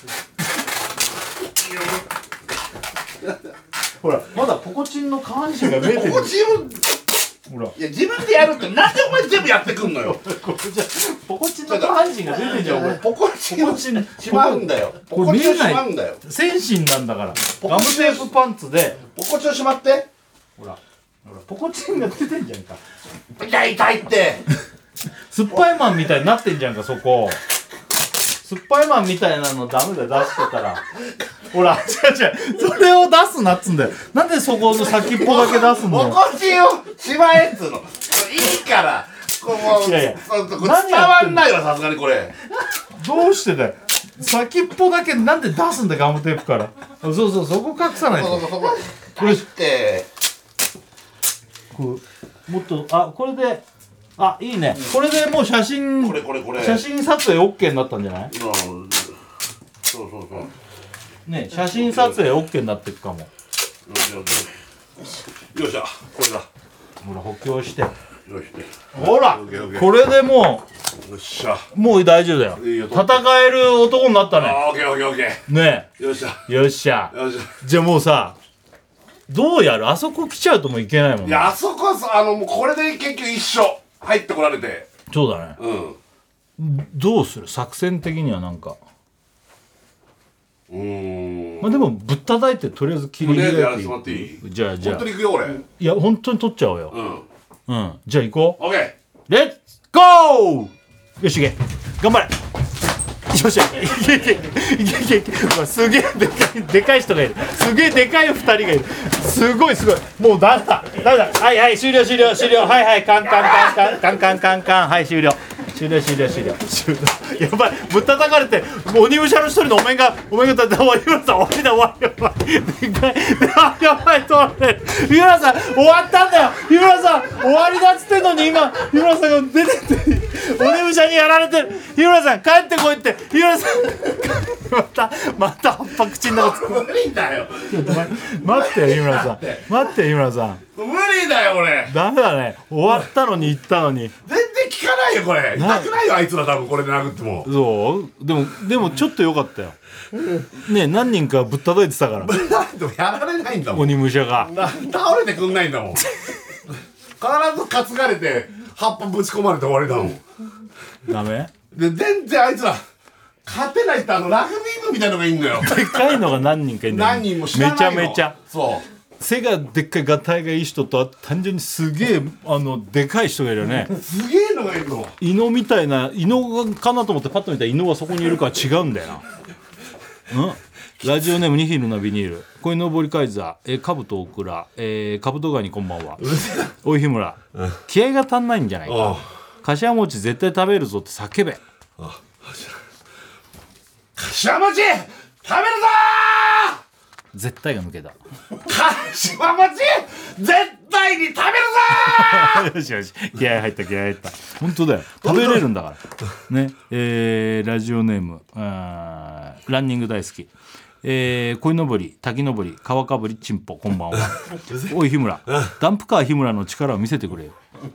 ほらまだポコチンの下半身が見えてる。 ここチーム、 ほらいや、自分でやるってなんでお前全部やってくんのよ。 これじゃポコチンの下半身が出てんじゃん。これポコチンポコチンしまうんだよ。ポこコチンしれ見えないまうんだよ。 全身なんだからガムテープパンツで。 ポコチンしまって。 ほらほらポコチンが出てんじゃんか。 痛い痛いって。 酸っぱいマンみたいになってんじゃんかそこ。酸っぱいマンみたいなのダメだよ出してたら。ほら違う違う、それを出すなっつんだよ。なんでそこの先っぽだけ出すんだポよ。 コチンをしまえっつうの。いいから。こうもういやいやそうこれ伝何やってんのわんないわ、さすがにこれ。 どうしてだよ。先っぽだけなんで出すんだよガムテープから。そうそう、そこ隠さないと。 これってこうもっと、あ、これで、あ、いいね。これでもう写真これこれこれ。 写真撮影 OK になったんじゃない。 うん、そうそうそう。 ね、写真撮影 OK になっていくかも。 よしよしよっしゃ、これだ。 ほら補強して。 よし。 ほらオッケーオッケーこれでもよっしゃ。 うもう大丈夫だよ。 いいよ戦える男になったね。 あー、オッケーオッケーオッケねー。よっしゃ。 え、よっしゃ。 よっしゃ。 じゃあもうさ、どうやる、あそこ来ちゃうともういけないもんね。 いや、あそこはさ、あの、もうこれで結局一緒。入ってこられて。 そうだね。 うん。 どうする、作戦的にはなんか。 うーん。 まあでもぶったたいてとりあえず切りとりあえずやら開いてせてもらっていい？ じゃあじゃあ本当に行くよ、俺。 いや本当に取っちゃおうよ。 うん。 うん、じゃあ行こう。 オッケー。 レッツゴー。よし行け、頑張れ。よっしゃ、いけいけいけいけいけ。うわすげえでかいでかい人がいる。すげえでかいふたりがいる。すごいすごい。もうダメだダメだ。はいはい終了終了終了。はいはいカンカンカンカンカンカンカンカン。はい終了終了終了終了終了。やばい、ぶったたかれて鬼武者の一人のお面がお面が立って終わりました。終わりだ終わりやばい。でかい。あやばい取られる。日村さん終わったんだよ。日村さん終わりだっつってんのに今日村さんが出てって鬼武者にやられてる。日村さん帰ってこいって。日村さんまたまた八白口の中無理だよ。 待ってよ日村さん待ってよ日村さん。 無理だよ、俺。 ダメだね。終わったのに行ったのに。 全然効かないよ、これ。痛くないよ、あいつら多分これで殴っても。 そうでもでもちょっと良かったよ。ねえ何人かぶったたいてたからでもやられないんだもん。 鬼武者が。 な倒れてくんないんだもん。必ず担がれて葉っぱぶち込まれて終わりだもん。 ダメ。 で全然あいつら勝てないって、あのラグビー部みたいのがいんのよ。 でかいのが何人かいるんだよ。 何人も知らないの。 めちゃめちゃそう背がでっかいガタイがいい人と単純にすげえあのでかい人がいるよね。 すげえのがいるの。 犬みたいな犬かなと思ってパッと見たら犬はそこにいるから違うんだよな。 ラジオネームニヒルなビニール鯉のぼりカイザー、えー、カブトオクラ、えー、カブトガニこんばんは。おい日村、うん、気合が足んないんじゃないか。柏餅絶対食べるぞって叫べ。あ柏餅食べるぞー。絶対が抜けた。 柏餅絶対に食べるぞー。よしよし、気合入った気合入った。本当だよ、食べれるんだからね。えー、ラジオネームあーランニング大好き、えー、鯉のぼり滝のぼり川かぶりちんぽこんばんは。おい日村、ダンプカー日村の力を見せてくれよ。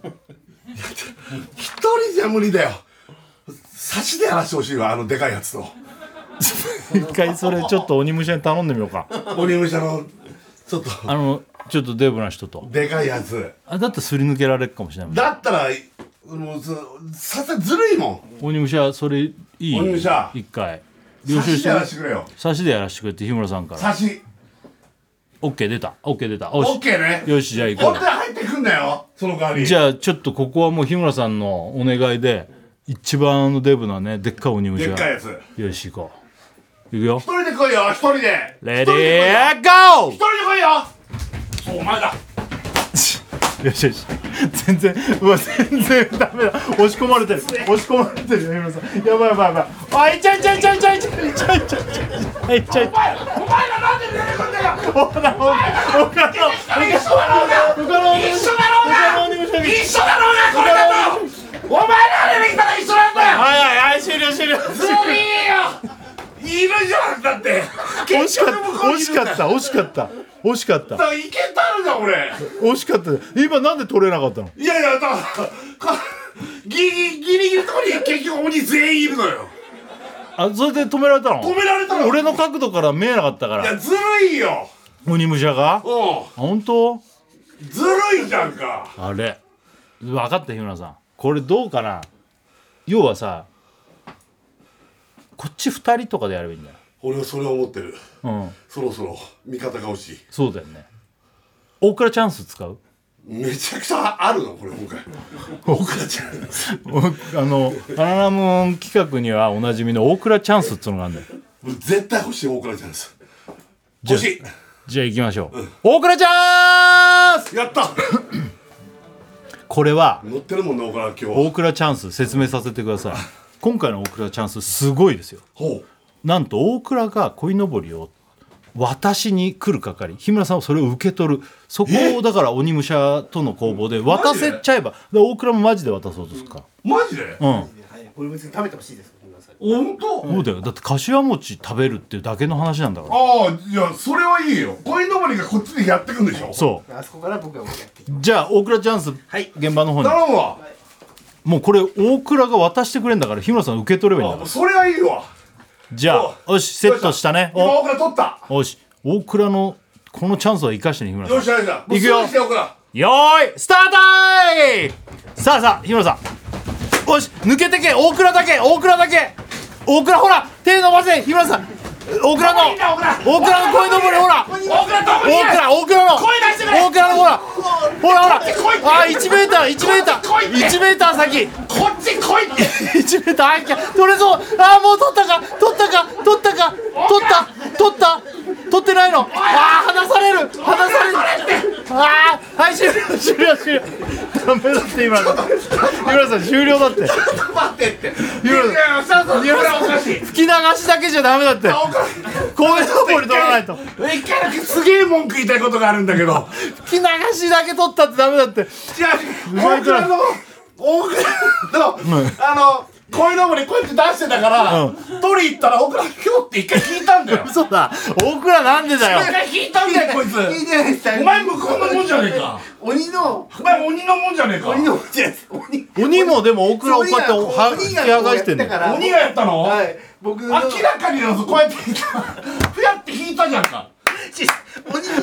一人じゃ無理だよ。差しでやらしてほしいわ、あのでかいやつと。 一回それちょっと鬼武者に頼んでみようか。 鬼武者のちょっとあのちょっとデブな人とでかいやつ。 あだったらすり抜けられるかもしれない。 だったらもうさすがずるいもん。鬼武者それいい。 鬼武者一回差しでやらしてくれよ。 差しでやらしてくれって日村さんから。 差し。 オッケー出た。オッケー出た。 オッケーね。 よしじゃあ行こう。 本当に入ってくんだよ。その代わり。 じゃあちょっとここはもう日村さんのお願いで一番あのデブなねでっかい鬼武者。 でっかいやつ。 よし行こう。行くよ。 一人で来いよ。一人で。 レディーゴー。 一人で来いよ。そうお前だ。 よしよし。全然うわ全然ダメだ。押し込まれてる。押し込まれてるよ日村さん。やばいやばいやばい。あいちゃいちゃいちゃいちゃいちゃいちゃいちゃいちゃいちゃいちゃい。お前お前がなんで出てくんだよ。 ほらほら他の他の一緒だろうが。 他の一緒だろうが。一緒だろうがこれだと。お前ら出てきたら一緒なんだよ。 はいはいはい終了終了。 ずるいよ。いるじゃんだって。 惜しかった惜しかった惜しかった惜しかった。 だからいけたるじゃん俺。 惜しかった。今なんで取れなかったの。 いやいやだからギリギリギリギリのところに結局鬼全員いるのよ。 あそれで止められたの。 止められたの。 俺の角度から見えなかったから。 いやずるいよ鬼武者が。 うん本当ずるいじゃんか。 あれ分かった日村さんこれどうかな。要はさこっちふたりとかでやればいいんだよ。 俺はそれを思ってる。 うん、 そろそろ味方が欲しい。 そうだよね。大倉チャンス使う。 めちゃくちゃあるのこれ今回。大倉チャンスあのバナナムーン企画にはおなじみの大倉チャンスっつうのがあるんだよ。 絶対欲しい大倉チャンス欲しい。 じゃあ行きましょう、うん、大倉チャンスやったこれは乗ってるもんね大倉今日。 大倉チャンス説明させてください。今回の大倉チャンスすごいですよ。 ほうなんと大倉が鯉のぼりを渡しに来る係日村さんはそれを受け取る。そこをだから鬼武者との攻防で渡せちゃえば大倉もマジで渡そうとするか。 マジで。 うん。 俺別に食べてほしいです。 本当。 そうだよ。だって柏餅食べるっていうだけの話なんだから。 ああいやそれはいいよ。鯉のぼりがこっちでやってくんでしょ。 そうあそこから僕がやってきます。 じゃあ大倉チャンス、はい、現場の方に頼むわ。 もうこれ大倉が渡してくれんだから日村さん受け取ればいいんだから。 それはいいわ。 じゃあよしセットしたね。 今大倉取った。 よし大倉のこのチャンスは生かしてね日村さん。 よしよしよし。 いくよ。よーいスタートーい。さあさあ日村さんよし抜けてけ。大倉だけ大倉だけ大倉ほら手伸ばせ日村さん。大倉の大倉の鯉のぼりほら大倉大倉の声出してくれ。 大倉のほらほらほらあいちメーターいちメーターいちメーター先こっち来いっていちメーター早く取れそう。あもう取ったか取ったか取ったか取った取った取ってないの。あ離される離される。あはい終了終了終了。ダメだって今の日村さん終了だって。 待ってって日村さん吹き流しだけじゃダメだって。こういうとこに取らないと。 一回だけすげえ文句言いたいことがあるんだけど吹き流しだけ取ったってダメだって。 じゃあ大倉の大倉の、うん、あの鯉のぼりこうやって出してたから、うん、取り行ったら大倉今日って一回聞いたんだよ。 嘘だ大倉なんでだよ。 一回聞いたんだよこいつ。 いいじゃないですか。 お前向こうのもんじゃねえか。 鬼のお前鬼のもんじゃねえか。 鬼のもんじゃないです。鬼鬼もでも大倉をこうやっては引き剥がしてんの。 鬼がやったの。 はい僕明らかにだぞこうやって引いたふやって引いたじゃんか。 鬼の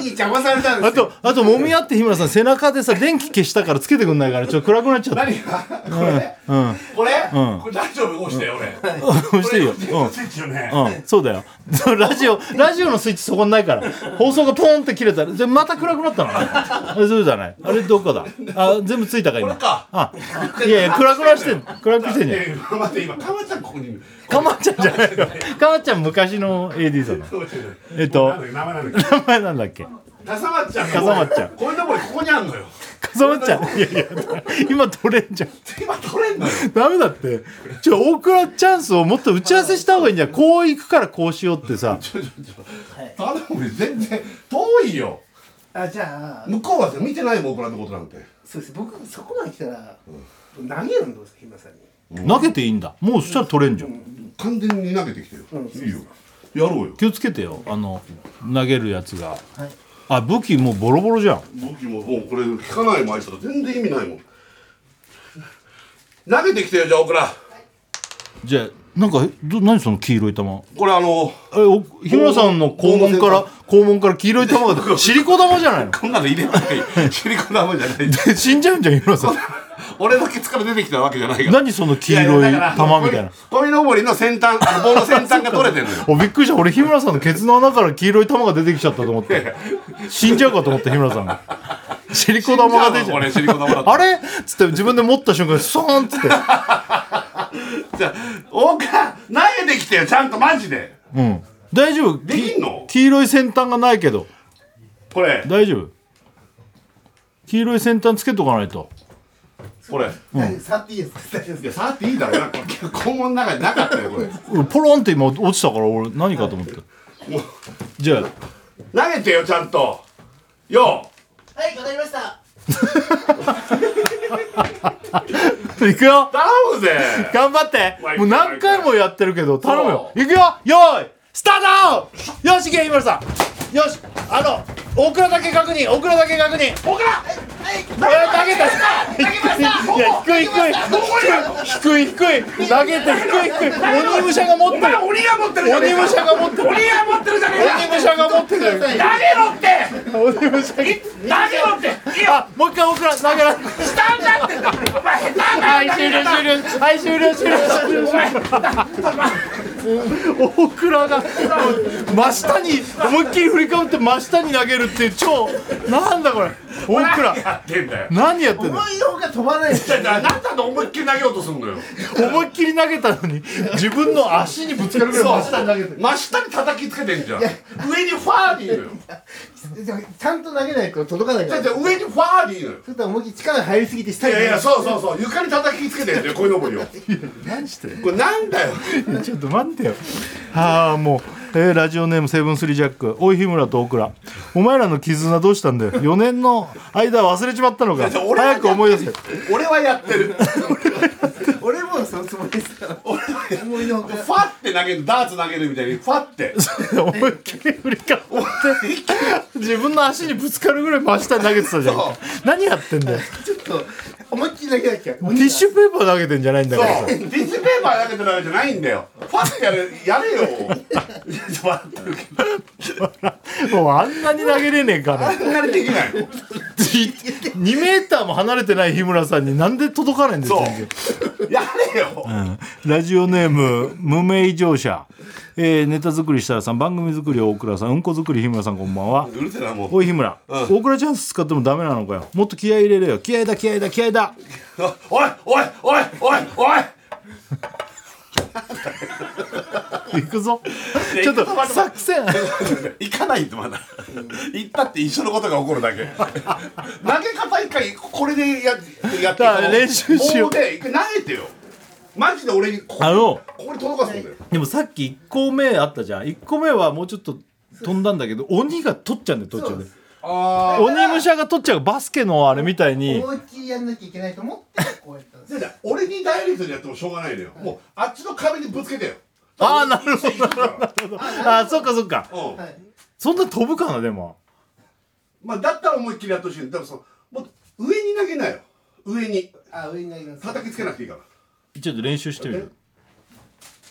い邪魔されたんですよ。 あとあと揉み合って日村さん背中でさ電気消したからつけてくんないからちょっと暗くなっちゃった何がこれうんこれうんこれ大丈夫押してよ俺押してるよこれスイッチよねうんそうだよそうラジオラジオのスイッチそこにないから放送がポーンって切れたらでまた暗くなったのあれそうじゃないあれどこだあ全部ついたか今これかあいやいや暗くなしてん暗くしてんじゃんえー待って今かまちゃんここにかまっちゃんじゃないよかまっちゃん昔の エーディー さんのえっとなんだっけ名前なんだっけ名前なんだっけかさまっちゃんかさまっちゃんこれのぼりここにあんのよかさまっちゃんいやいや今取れんじゃん今取れんのよダメだってちょ大倉チャンスをもっと打ち合わせした方がいいんじゃんこう行くからこうしようってさちょちょちょ頼むよ全然遠いよあじゃあ向こうは見てないもん僕らのことなんてそうです僕そこまで来たら、投げるんどうですか日村さんに。 投げていいんだもうそしたら取れんじゃん完全に投げてきてる、いいよやろうよ気をつけてよあの投げるやつが、あ武器もうボロボロじゃん武器ももうこれ引かないもんあいつら全然意味ないもん投げてきてよじゃあ僕らじゃあなんかど何その黄色い玉これあのあれお日村さんの肛門から肛門から黄色い玉がシリコ玉じゃないのこんなの入れないシリコ玉じゃないで死んじゃうんじゃん日村さん俺のケツから出てきたわけじゃないから何その黄色い玉みたいな鯉のぼりの先端あの棒の先端が取れてるのよおびっくりした俺日村さんのケツの穴から黄色い玉が出てきちゃったと思って死んじゃうかと思った日村さんがシリコ玉が出ちゃうこれシリコ玉だったあれっつって自分で持った瞬間スーンっつってじゃあ大川投げてきてよちゃんとマジでうん大丈夫できんの黄色い先端がないけどこれ大丈夫黄色い先端つけとかないとこれうん、触っていいですか大丈夫ですいや触っていいだろなんか肛門の中になかったよこれ俺ポロンって今落ちたから俺何かと思ってじゃあ投げてよちゃんとよはいわかりましたいくよ頼むぜ頑張ってもう何回もやってるけど頼むよいくよよーいスタートよしいけ日村さんよしあの大倉だけ確認大倉だけ確認大倉投げた投げましたいや低い低い低い低い投げて低い低い鬼武者が持ってる鬼が持ってるじゃねえか鬼武者が持ってる鬼が持ってるじゃねえか鬼武者が持ってる投げろって鬼武者投げろっていやあもう一回大倉投げられる下になってんだお前下手はい終了終了はい終了終了終了大倉が真下に思いっきり振りかぶって真下に投げるっていう超なんだこれ大倉やってんだよ何やってんの思いのほか飛ばないですじゃあなんだと思いっきり投げようとするのよ思いっきり投げたのに自分の足にぶつかるぐらい真下に投げてる真下に叩きつけてんじゃん上にファーでいいのよちゃんと投げないと届かないからじゃあ上にファーでいいのよそしたら思いっきり力が入りすぎて下にいやいやそうそうそう床に叩きつけてんだよこいのぼりを何してこれなんだよちょっと待ってよはあもう、えーラジオネームセブンスリージャックおい日村と大倉お前らの絆どうしたんだよよねんの間忘れちまったのか早く思い出せ俺はやってる俺もそのつもりですから俺は思いのほかファって投げるダーツ投げるみたいにファって思いっきり振りかぶって自分の足にぶつかるぐらい真下に投げてたじゃん何やってんだよちょっと思いっきり投げなきゃティッシュペーパー投げてんじゃないんだそうからさティッシュペーパー投げてるわけじゃないんだよファってやれやれよ笑ってるけどもうあんなに投げれねえからあんなにできないのにメーターも離れてない日村さんになんで届かないんですそう全然やれよ、 うんラジオネーム無名乗車、えー、ネタ作りしたらさん番組作り大倉さんうんこ作り日村さんこんばんはうるせえなもうおい日村、大倉チャンス使ってもダメなのかよもっと気合い入れるよ気合いだ気合いだ気合いだおいおいおいおいおい行くぞちょっと作戦行かないとまだ行ったって一緒のことが起こるだけ投げ方一回これでややってだから練習しよう棒で一回投げてよマジで俺にここあのここに届かすんだよでもさっきいっこめあったじゃんいっこめはもうちょっと飛んだんだけど鬼が取っちゃうんだよ途中であ鬼武者が取っちゃうバスケのあれみたいに思いっきりやんなきゃいけないと思ってこうやったんですじゃあ俺にダイレクトにやってもしょうがないのよ、もうあっちの壁にぶつけてよああなるほどなるほどああそっかそっかうんはいそんな飛ぶかなでもまあだったら思いっきりやってほしいんだからそのもう上に投げなよ上にあ上に投げます叩きつけなくていいからちょっと練習してみる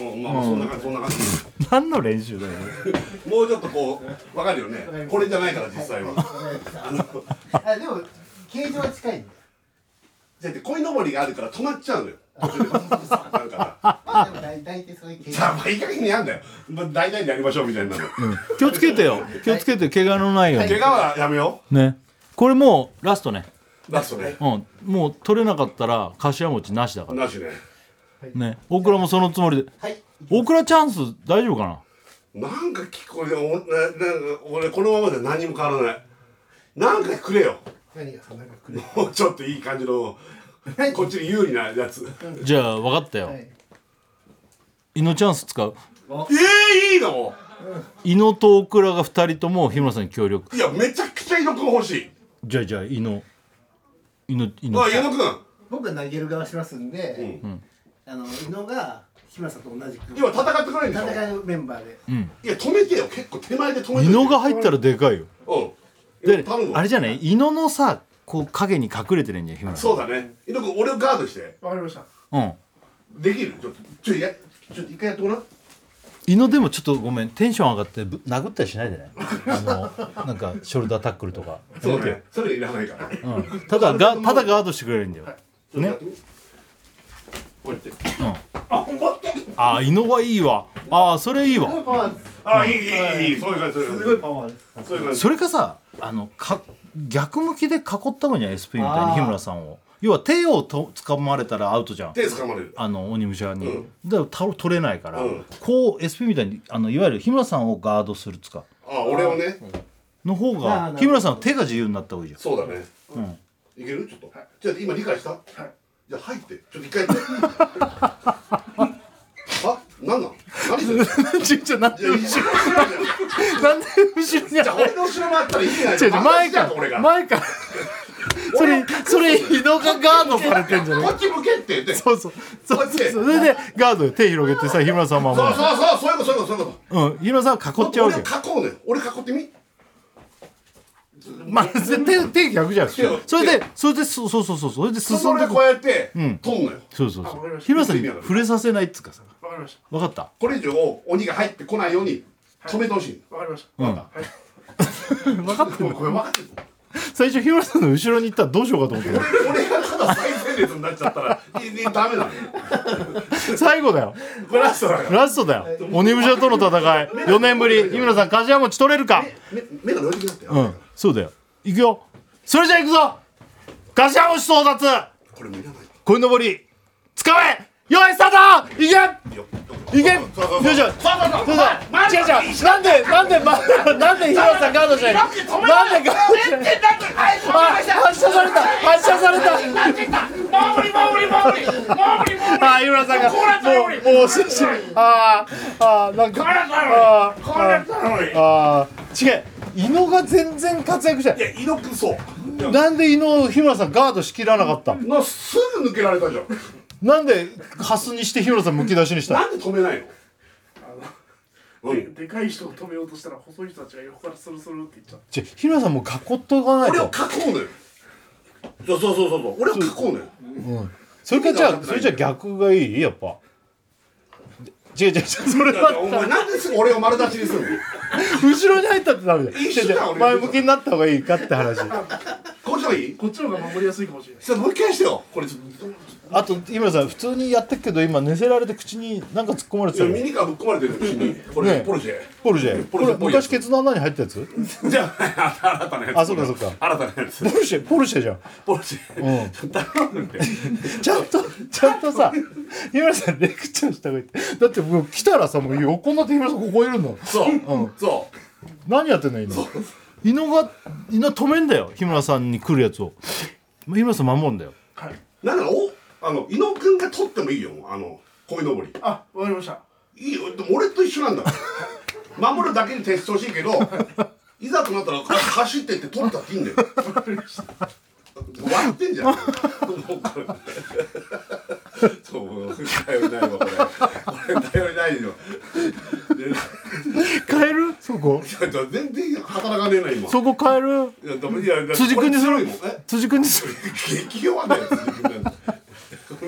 うんまあそんな感じそんな感じ何の練習だよもうちょっとこうわかるよねこれじゃないから実際はあでも形状は近いんでじゃあ鯉のぼりがあるから止まっちゃうのよ途中でバサバサバサなるからまあでも大大体そういう形状さあまあいい加減にやんだよまあ大体でやりましょうみたいなの気をつけてよ気をつけて怪我のないように怪我はやめよねこれもうラストねうラストねうんもう取れなかったら柏餅なしだからなしねね大倉もそのつもりではい大倉チャンス大丈夫かななんか聞こえておなな俺このままで何も変わらないなんかくれよ何がそんなかくるもうちょっといい感じのこっちに有利なやつじゃあ分かったよはいイノチャンス使うえー、いいのイノと大倉がふたりとも日村さんに協力いやめちゃくちゃ猪野くん欲しいじゃあじゃあイノイノイノあ猪野くん僕が投げる側しますんで、あの伊野が日村さんと同じく今戦ってくれるんでしょ戦うメンバーでいや止めてよ結構手前で止めてイノが入ったらでかいようんで頼むわあれじゃないイノのさこう影に隠れてるんじゃん日村さんそうだね猪野くん俺をガードしてわかりましたうんできるちょっとちょやちょっと一回やってごらんイノでもちょっとごめんテンション上がってぶ殴ったりしないでねあのなんかショルダータックルとか、 そうねそれいらないからうん、ただがただガードしてくれるんだよねこうやってああイノはいいわああそれいいわあいいいいいいそういう感じすごいパワーですそういう感じそれかさあのか逆向きで囲ったもんじゃん エスピー みたいに日村さんを要は手をと掴まれたらアウトじゃん手掴まれるあの鬼武者に、 うんだからた取れないから、 うんこう エスピー みたいにあのいわゆる日村さんをガードするつかあ俺をねの方あーなるほどが日村さんの手が自由になった方がいいじそうだねゃん、うん、 いけるちょっとじゃあ今理解したじゃあ入ってちょっと一回やってあなんなん何それちょちょなんでいや一緒なんで後ろにじゃあ俺の後ろ回ったら意味ない違う違う前か俺がら前からそれそれ井戸がガードされてんじゃねこっち向けって言ってそうそうそうこっちでそれでガードで手広げてさ日村さんもそうそうそうそういうことそういうことそういうこうん日村さんは囲っちゃうわけよ俺を囲うね俺囲ってみまあ手手逆じゃん手をそれでそれでそうそうそうそうそれで進んでそれでこうやってうん取んのよそうそうそうわかりました日村さんに触れさせないっつうかさわかりまし分かったこれ以上鬼が入ってこないように止めてほしいたわかりましうん分かってんのこれ分かってる最初日村さんの後ろに行ったらどうしようかと思って俺がただ最前列になっちゃったらいいダメなのよ最後だよこれラストだからラストだよ鬼武者との戦いよねんぶり日村さん柏餅取れるか目目がのりくなってようんそうだよ行くよそれじゃ行くぞ柏餅争奪これもいらない鯉のぼり捕まえよいスタート行けよいけよいしょそうだそうだ違う違うなんでなんでまなんで日村さんガードしないのなんでガードしないあ発射された発射されたあ日村さんがもうもうししあーあーなんかあーあー違う伊野が全然活躍したいや猪野くんそうなんで伊野日村さんガードしきらなかったなすぐ抜けられたじゃんなんでハスにして日村さんむき出しにしたなんで止めないのたでかい人を止めようとしたら細い人たちが横からスルスルっていっちゃうちょ日村さんもう囲っとかない俺をと囲うのよそうそうそうそう俺を囲うのよそれかじゃあそれじゃあ逆がいいやっぱ違う違う違うそれだってお前はなんですぐ俺を丸出しにするの後ろに入ったってダメだよ一緒だ違う違う俺前向きになった方がいいかって話こっちの方がいいこっちの方が守りやすいかもしれないちょっともう一回してよこれちょっとあと日村さん普通にやってっけど今寝せられて口に何か突っ込まれていやたよミニカーぶっ込まれてる口にこれ、 ねポルシェポルシェこれポルシェっぽいやつ昔ケツの穴に入ったやつじゃあ新たなやつあそうかそうか新たなやつポルシェポルシェじゃんポルシェうん頼むってちゃんとちゃんとさ日村さんレクチャーした方がいいだってもう来たらさもう横になって日村さんここいるんだそう、 うんそう何やってんの今伊野が伊野止めんだよ日村さんに来るやつを日村さん守るんだよなんだろうおあの伊野くんが取ってもいいよあの鯉のぼりあわかりましたいいよでも俺と一緒なんだから守るだけに徹してほしいけどいざとなったらか走ってって取ったっていいんだよ笑ってんじゃんそう頼りないわこれこれ頼りないよ変えるそこいや全然働かねえな今そこ変えるいやダメいや辻君にするこれ強いもんえ辻君にする激弱だよ辻君なんて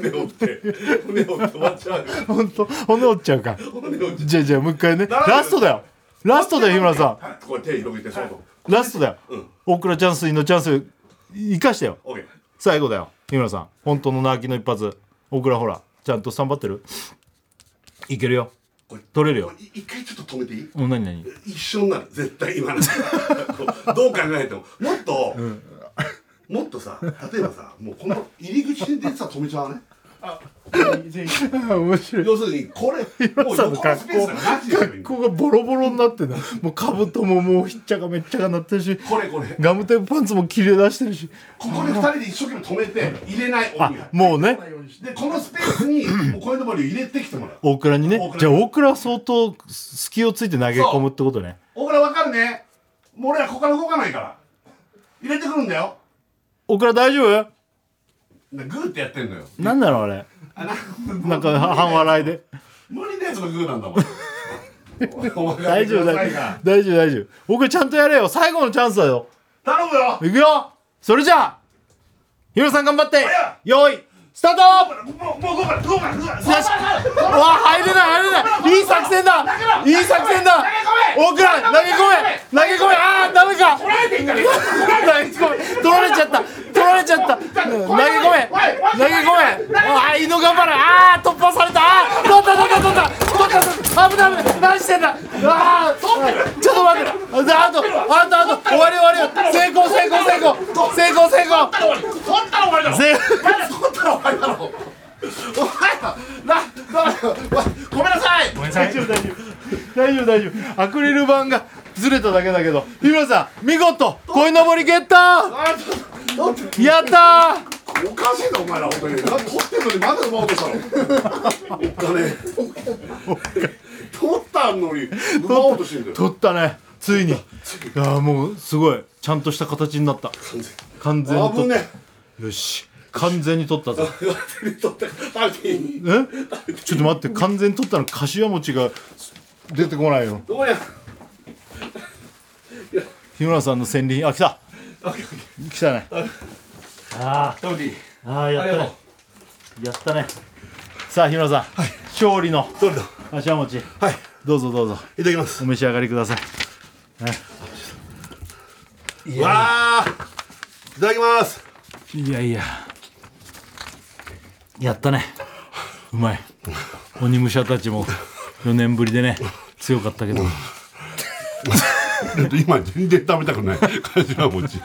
骨折って骨折って終わっちゃう。 本当骨折っちゃうか。じゃあじゃあもう一回ね。ラストだよ。ラストだよ日村さん。 これ手広げてそうそう。 ラストだよ。大倉チャンスインのチャンス生かしてよ。 オッケー。 最後だよ日村さん。本当の泣きの一発。大倉ほらちゃんとスタンバってる。いけるよ。取れるよ。 一回ちょっと止めていい？ もう何何？ 一緒になる絶対今の。どう考えてももっと、うん、もっとさ例えばさもうこの入り口でさ止めちゃうね。あ面白い。 要するにこれもう横のスペースがマジで学校がボロボロになってんだ。もうカブトももうひっちゃかめっちゃかなってるし、 これこれガムテープパンツも切れ出してるし、 ここでふたりで一生懸命止めて入れないあもうね。 でこのスペースにもうこういうところに入れてきてもらう。 大倉にね。じゃあ大倉は相当隙をついて投げ込むってことね。 大倉わかるね。もう俺らここから動かないから入れてくるんだよ。 大倉大丈夫？ グーってやってんのよ。 なんだろうあれ。なんか半笑いで。 無理なやつのグーなんだもん。 大丈夫大丈夫大丈夫大丈夫。僕ちゃんとやれよ。最後のチャンスだよ。 頼むよ。 いくよ。それじゃあヒロさん頑張って。よいスタート。 もうもう動かない動かない動かない。 よし。うわ入れない入れない。いい作戦だいい作戦だ。大倉投げ込め投げ込め。あーダメか。投げ込め取られちゃった取られちゃった。投げ込め投げ込め。あー井野頑張れ。あー突破された。あー取った取った取った取った取った。危ない危ない何してんだ。あーちょっと待って。あとあとあと終わり終わり成功成功成功成功成功。 取ったら終わりだろ。取ったら終わりだろ。お前らなごめんなさい。 大丈夫大丈夫大丈夫大丈夫。アクリル板がずれただけだけど日村さん見事鯉のぼりゲット。やったー。おかしいなお前ら本当に。取ってんのにまだ奪おうとしたの。お金取ったのに奪おうとしてんだよ。 取ったねついに。いやもうすごいちゃんとした形になった。完全に取った。よし完全に取ったぞ。えちょっと待って完全に取ったの柏餅が出てこないよ。 どうや日村さんの戦利品。あ来た来たね。あーあやったねやったね。さあ日村さん、はい、勝利の柏餅、はい、どうぞどうぞいただきます。 お召し上がりください、 ね、わあいただきます。 いやいややったねうまい。鬼武者たちもよねんぶりでね強かったけど、うん今全然食べたくない柏餅。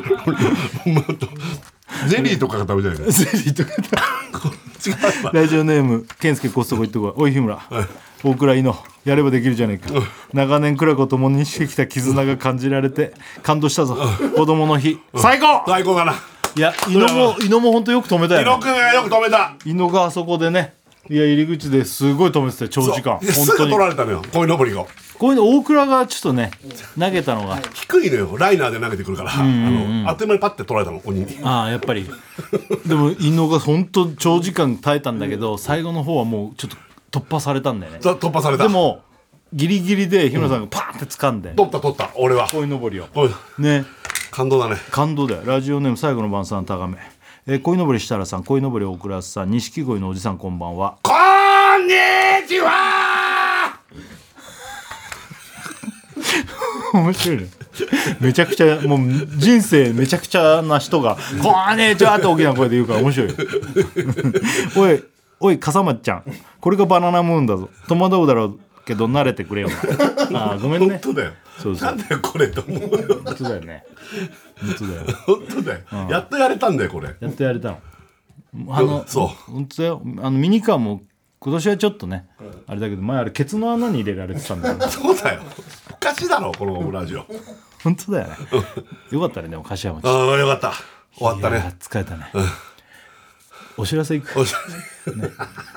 ゼリーとかが食べたいね。 ゼリーとかラジオネーム健介コストコ行っとこい。おい日村、はい、大倉いいのやればできるじゃねえか、うん、長年苦楽を共にしてきた絆が感じられて感動したぞ、うん、子供の日、うん、最高最高だな。 いや伊野も伊野も本当よく止めたよ、ね、 伊野くんがよく止めた。 伊野があそこでねいや入り口ですごい止めてたよ長時間。本当にすぐ取られたのよ鯉のぼりが。 こういうの大倉がちょっとね投げたのが低いのよ。ライナーで投げてくるから、うんうんうん、あのあっという間にパッて取られたの鬼に。 ああやっぱりでも伊野が本当長時間耐えたんだけど最後の方はもうちょっと突破されたんだよね。 突破された。 でもギリギリで日村さんがパーンって掴んで、うん、 取った取った俺は鯉のぼりをね感動だね。 感動だよ。ラジオネーム最後の晩さん高め、えー、鯉のぼり設楽さん鯉のぼり大倉さん錦鯉のおじさんこんばんは。 こんにちは面白いね。めちゃくちゃもう人生めちゃくちゃな人が「こんにちは」って大きな声で言うから面白い。おいおい笠松ちゃんこれがバナナムーンだぞ。戸惑うだろうけど慣れてくれよな。あごめんね。 本当だよ。 そうそうなんだよこれと思うよ。 本当だよね。本当だよ。 本当だよ、うん、やっとやれたんだよこれ。 やっとやれたの。あのそう本当だよ。あのミニカーも今年はちょっとね、うん、あれだけど前あれケツの穴に入れられてたんだよ、ね、 そうだよ。おかしいだろこのラジオ。 本当だよね。よかったねでも柏餅。 ああよかった。終わったね。 疲れたね、うん、お知らせいく。お知らせ、ね、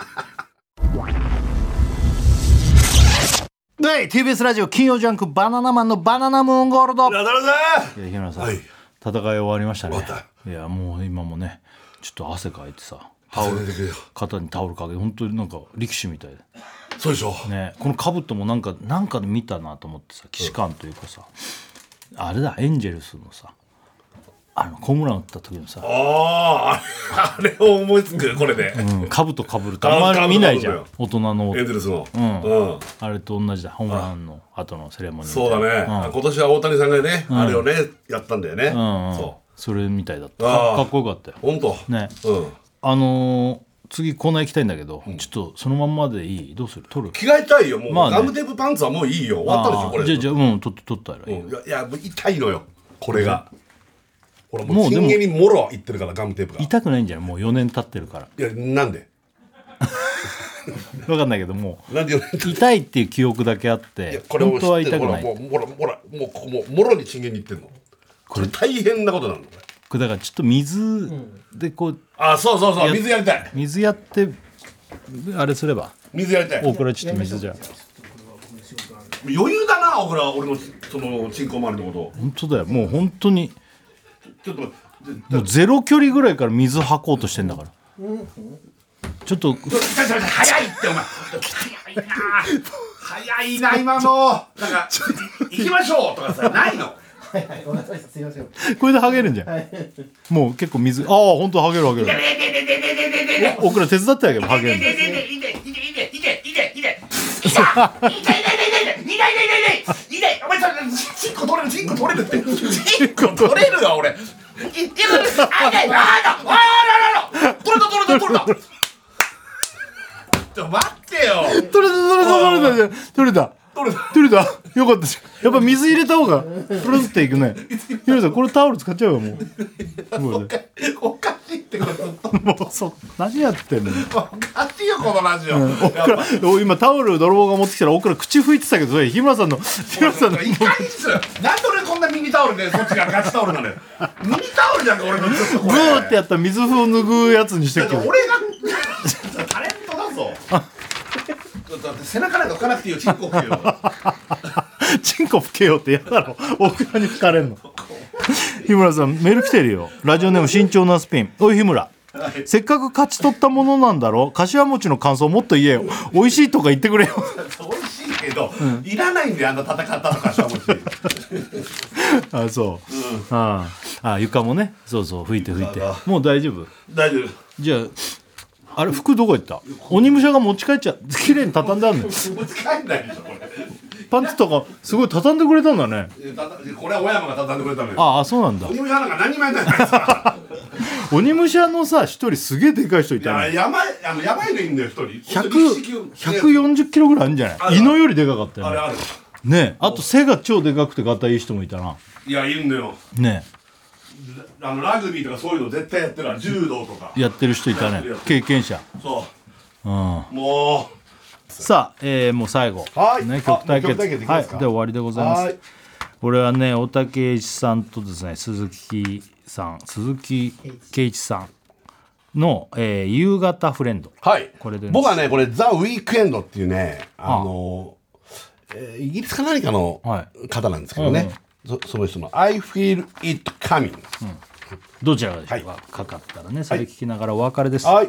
で ティービーエス ラジオ金曜ジャンクバナナマンのバナナムーンゴールド。 いや日村さん、はい、戦い終わりましたね。いやもう今もねちょっと汗かいてさタオル肩にタオルかけて本当になんか力士みたいで。 そうでしょ、 ね、この兜もなんかなんかで見たなと思ってさ既視感というかさ、うん、あれだエンジェルスのさあのホームラン打った時のさ、 あああれを思いつくこれで、 うん、兜かぶるとあんまり見ないじゃん大人のエンゼルスの、 うんうん、 あれと同じだホームランの後のセレモニーそうだね、うん、今年は大谷さんがね、うん、あれをねやったんだよね、うんうん、そうそれみたいだったか, かっこよかったよ本当ね、 うん、 あのー、次コーナー行きたいんだけど、うん、ちょっとそのまんまでいいどうする取る着替えたいよもう、まあね、ガムテープパンツはもういいよ終わったでしょこれじゃあじゃあうん取って取ったらいい、 うん、いやいや痛いのよこれが、うん、俺もうチンゲにもろいってるからガムテープが痛くないんじゃないもうよねん経ってるからいやなんで分かんないけどもうなんで痛いっていう記憶だけあってこれ本当は痛くないもうもろもろもうもうもろにチンゲにいってんのこれ大変なことなのこれこれだからちょっと水でこう、うん、 あそうそうそう水やりたい水やってあれすれば水やりたい大倉ちょっと水じゃ余裕だな大倉俺のそのチンコ周りのこと本当だよもう本当にちょっともうゼロ距離ぐらいから水吐こうとしてんだから、うん、ちょっと早いってお前早いな早いな今のなんか行きましょうとかさないのはいはい、ごめんなさい、すいません。 これでハゲるんじゃん。はい、もう結構水、ああ、本当ハゲるハゲる。僕ら手伝ってあげるハゲる。いていていていていていていていていていて。 お前さ、チンコ取れるチンコ取れるって。チンコ取れるよ俺。いてる。ああ、ああ、ああ、取れた取れた取れた。ちょっと待ってよ。 取れた取れた取れた取れた。取れた取れたよかったじゃんやっぱ水入れた方がプルっていくねひろさんこれタオル使っちゃうよもうおかしいってこともうそ何やってんのおかしいよこのラジオ、 うん、今タオル泥棒が持ってきたら奥から口拭いてたけどそれ日村さんの日村さんのいかいっすなんで俺こんなミニタオルでそっちがガチタオルなのよミニタオルじゃんか俺のちょっとこれブーってやったら水風を拭うやつにしてっけど俺がタレントだぞだって背中なんか拭かなくていいよチンコ拭けよチンコ拭けよってやだろ大倉に拭かれんの日村さんメール来てるよラジオネーム身長なスピンおい日村、はい、せっかく勝ち取ったものなんだろ柏餅の感想もっと言えよ美味しいとか言ってくれよ美味しいけど、うん、いらないんだよあんな戦ったの柏餅あそう、うん、ああ床もねそうそう拭いて拭いてもう大丈夫大丈夫じゃああれ服どこ行った鬼武者が持ち帰っちゃ綺麗に畳んであるの持ち帰んないでしょこれパンツとかすごい畳んでくれたんだねこれは小山が畳んでくれたのよああそうなんだ鬼武者なんか何にもやんないから鬼武者のさ一人すげえでかい人いたねいややばいあのやばいのいいんだよ一人ひゃくよんじゅっキロぐらいあるんじゃない犬よりでかかったよねあれあるねあと背が超でかくてガタいい人もいたないやいるんだよねあのラグビーとかそういうの絶対やってるわ柔道とかやってる人いたね経験者そう、うん、 もうさあ、えー、もう最後、 はいね、曲対決曲対決はい、で終わりでございます。これはね大竹栄一さんとですね鈴木さん鈴木圭一さんの、えー、夕方フレンドはいこれで、ね、 僕はねこれザ・ウィークエンドっていうねあのあ、えー、イギリスか何かの方なんですけどね、はいうんうんそ, その人の I feel it coming、うん、 どちらがでしょうか、はい、かかったらねそれ聞きながらお別れです、 はい、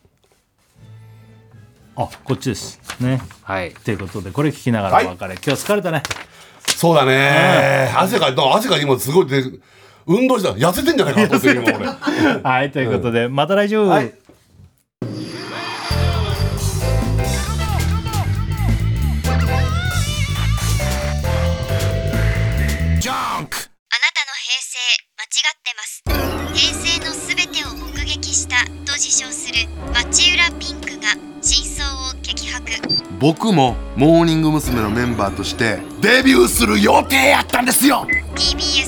あこっちですねはいということでこれ聞きながらお別れ、はい、今日疲れたねそうだね、うん、汗か汗か今すごいで運動した痩せてんじゃないかなと思って今俺はいということで、うん、また来週、はい平成のすべてを目撃したと自称する町浦ピンクが真相を激白。 僕もモーニング娘。のメンバーとしてデビューする予定やったんですよ。 ティービーエス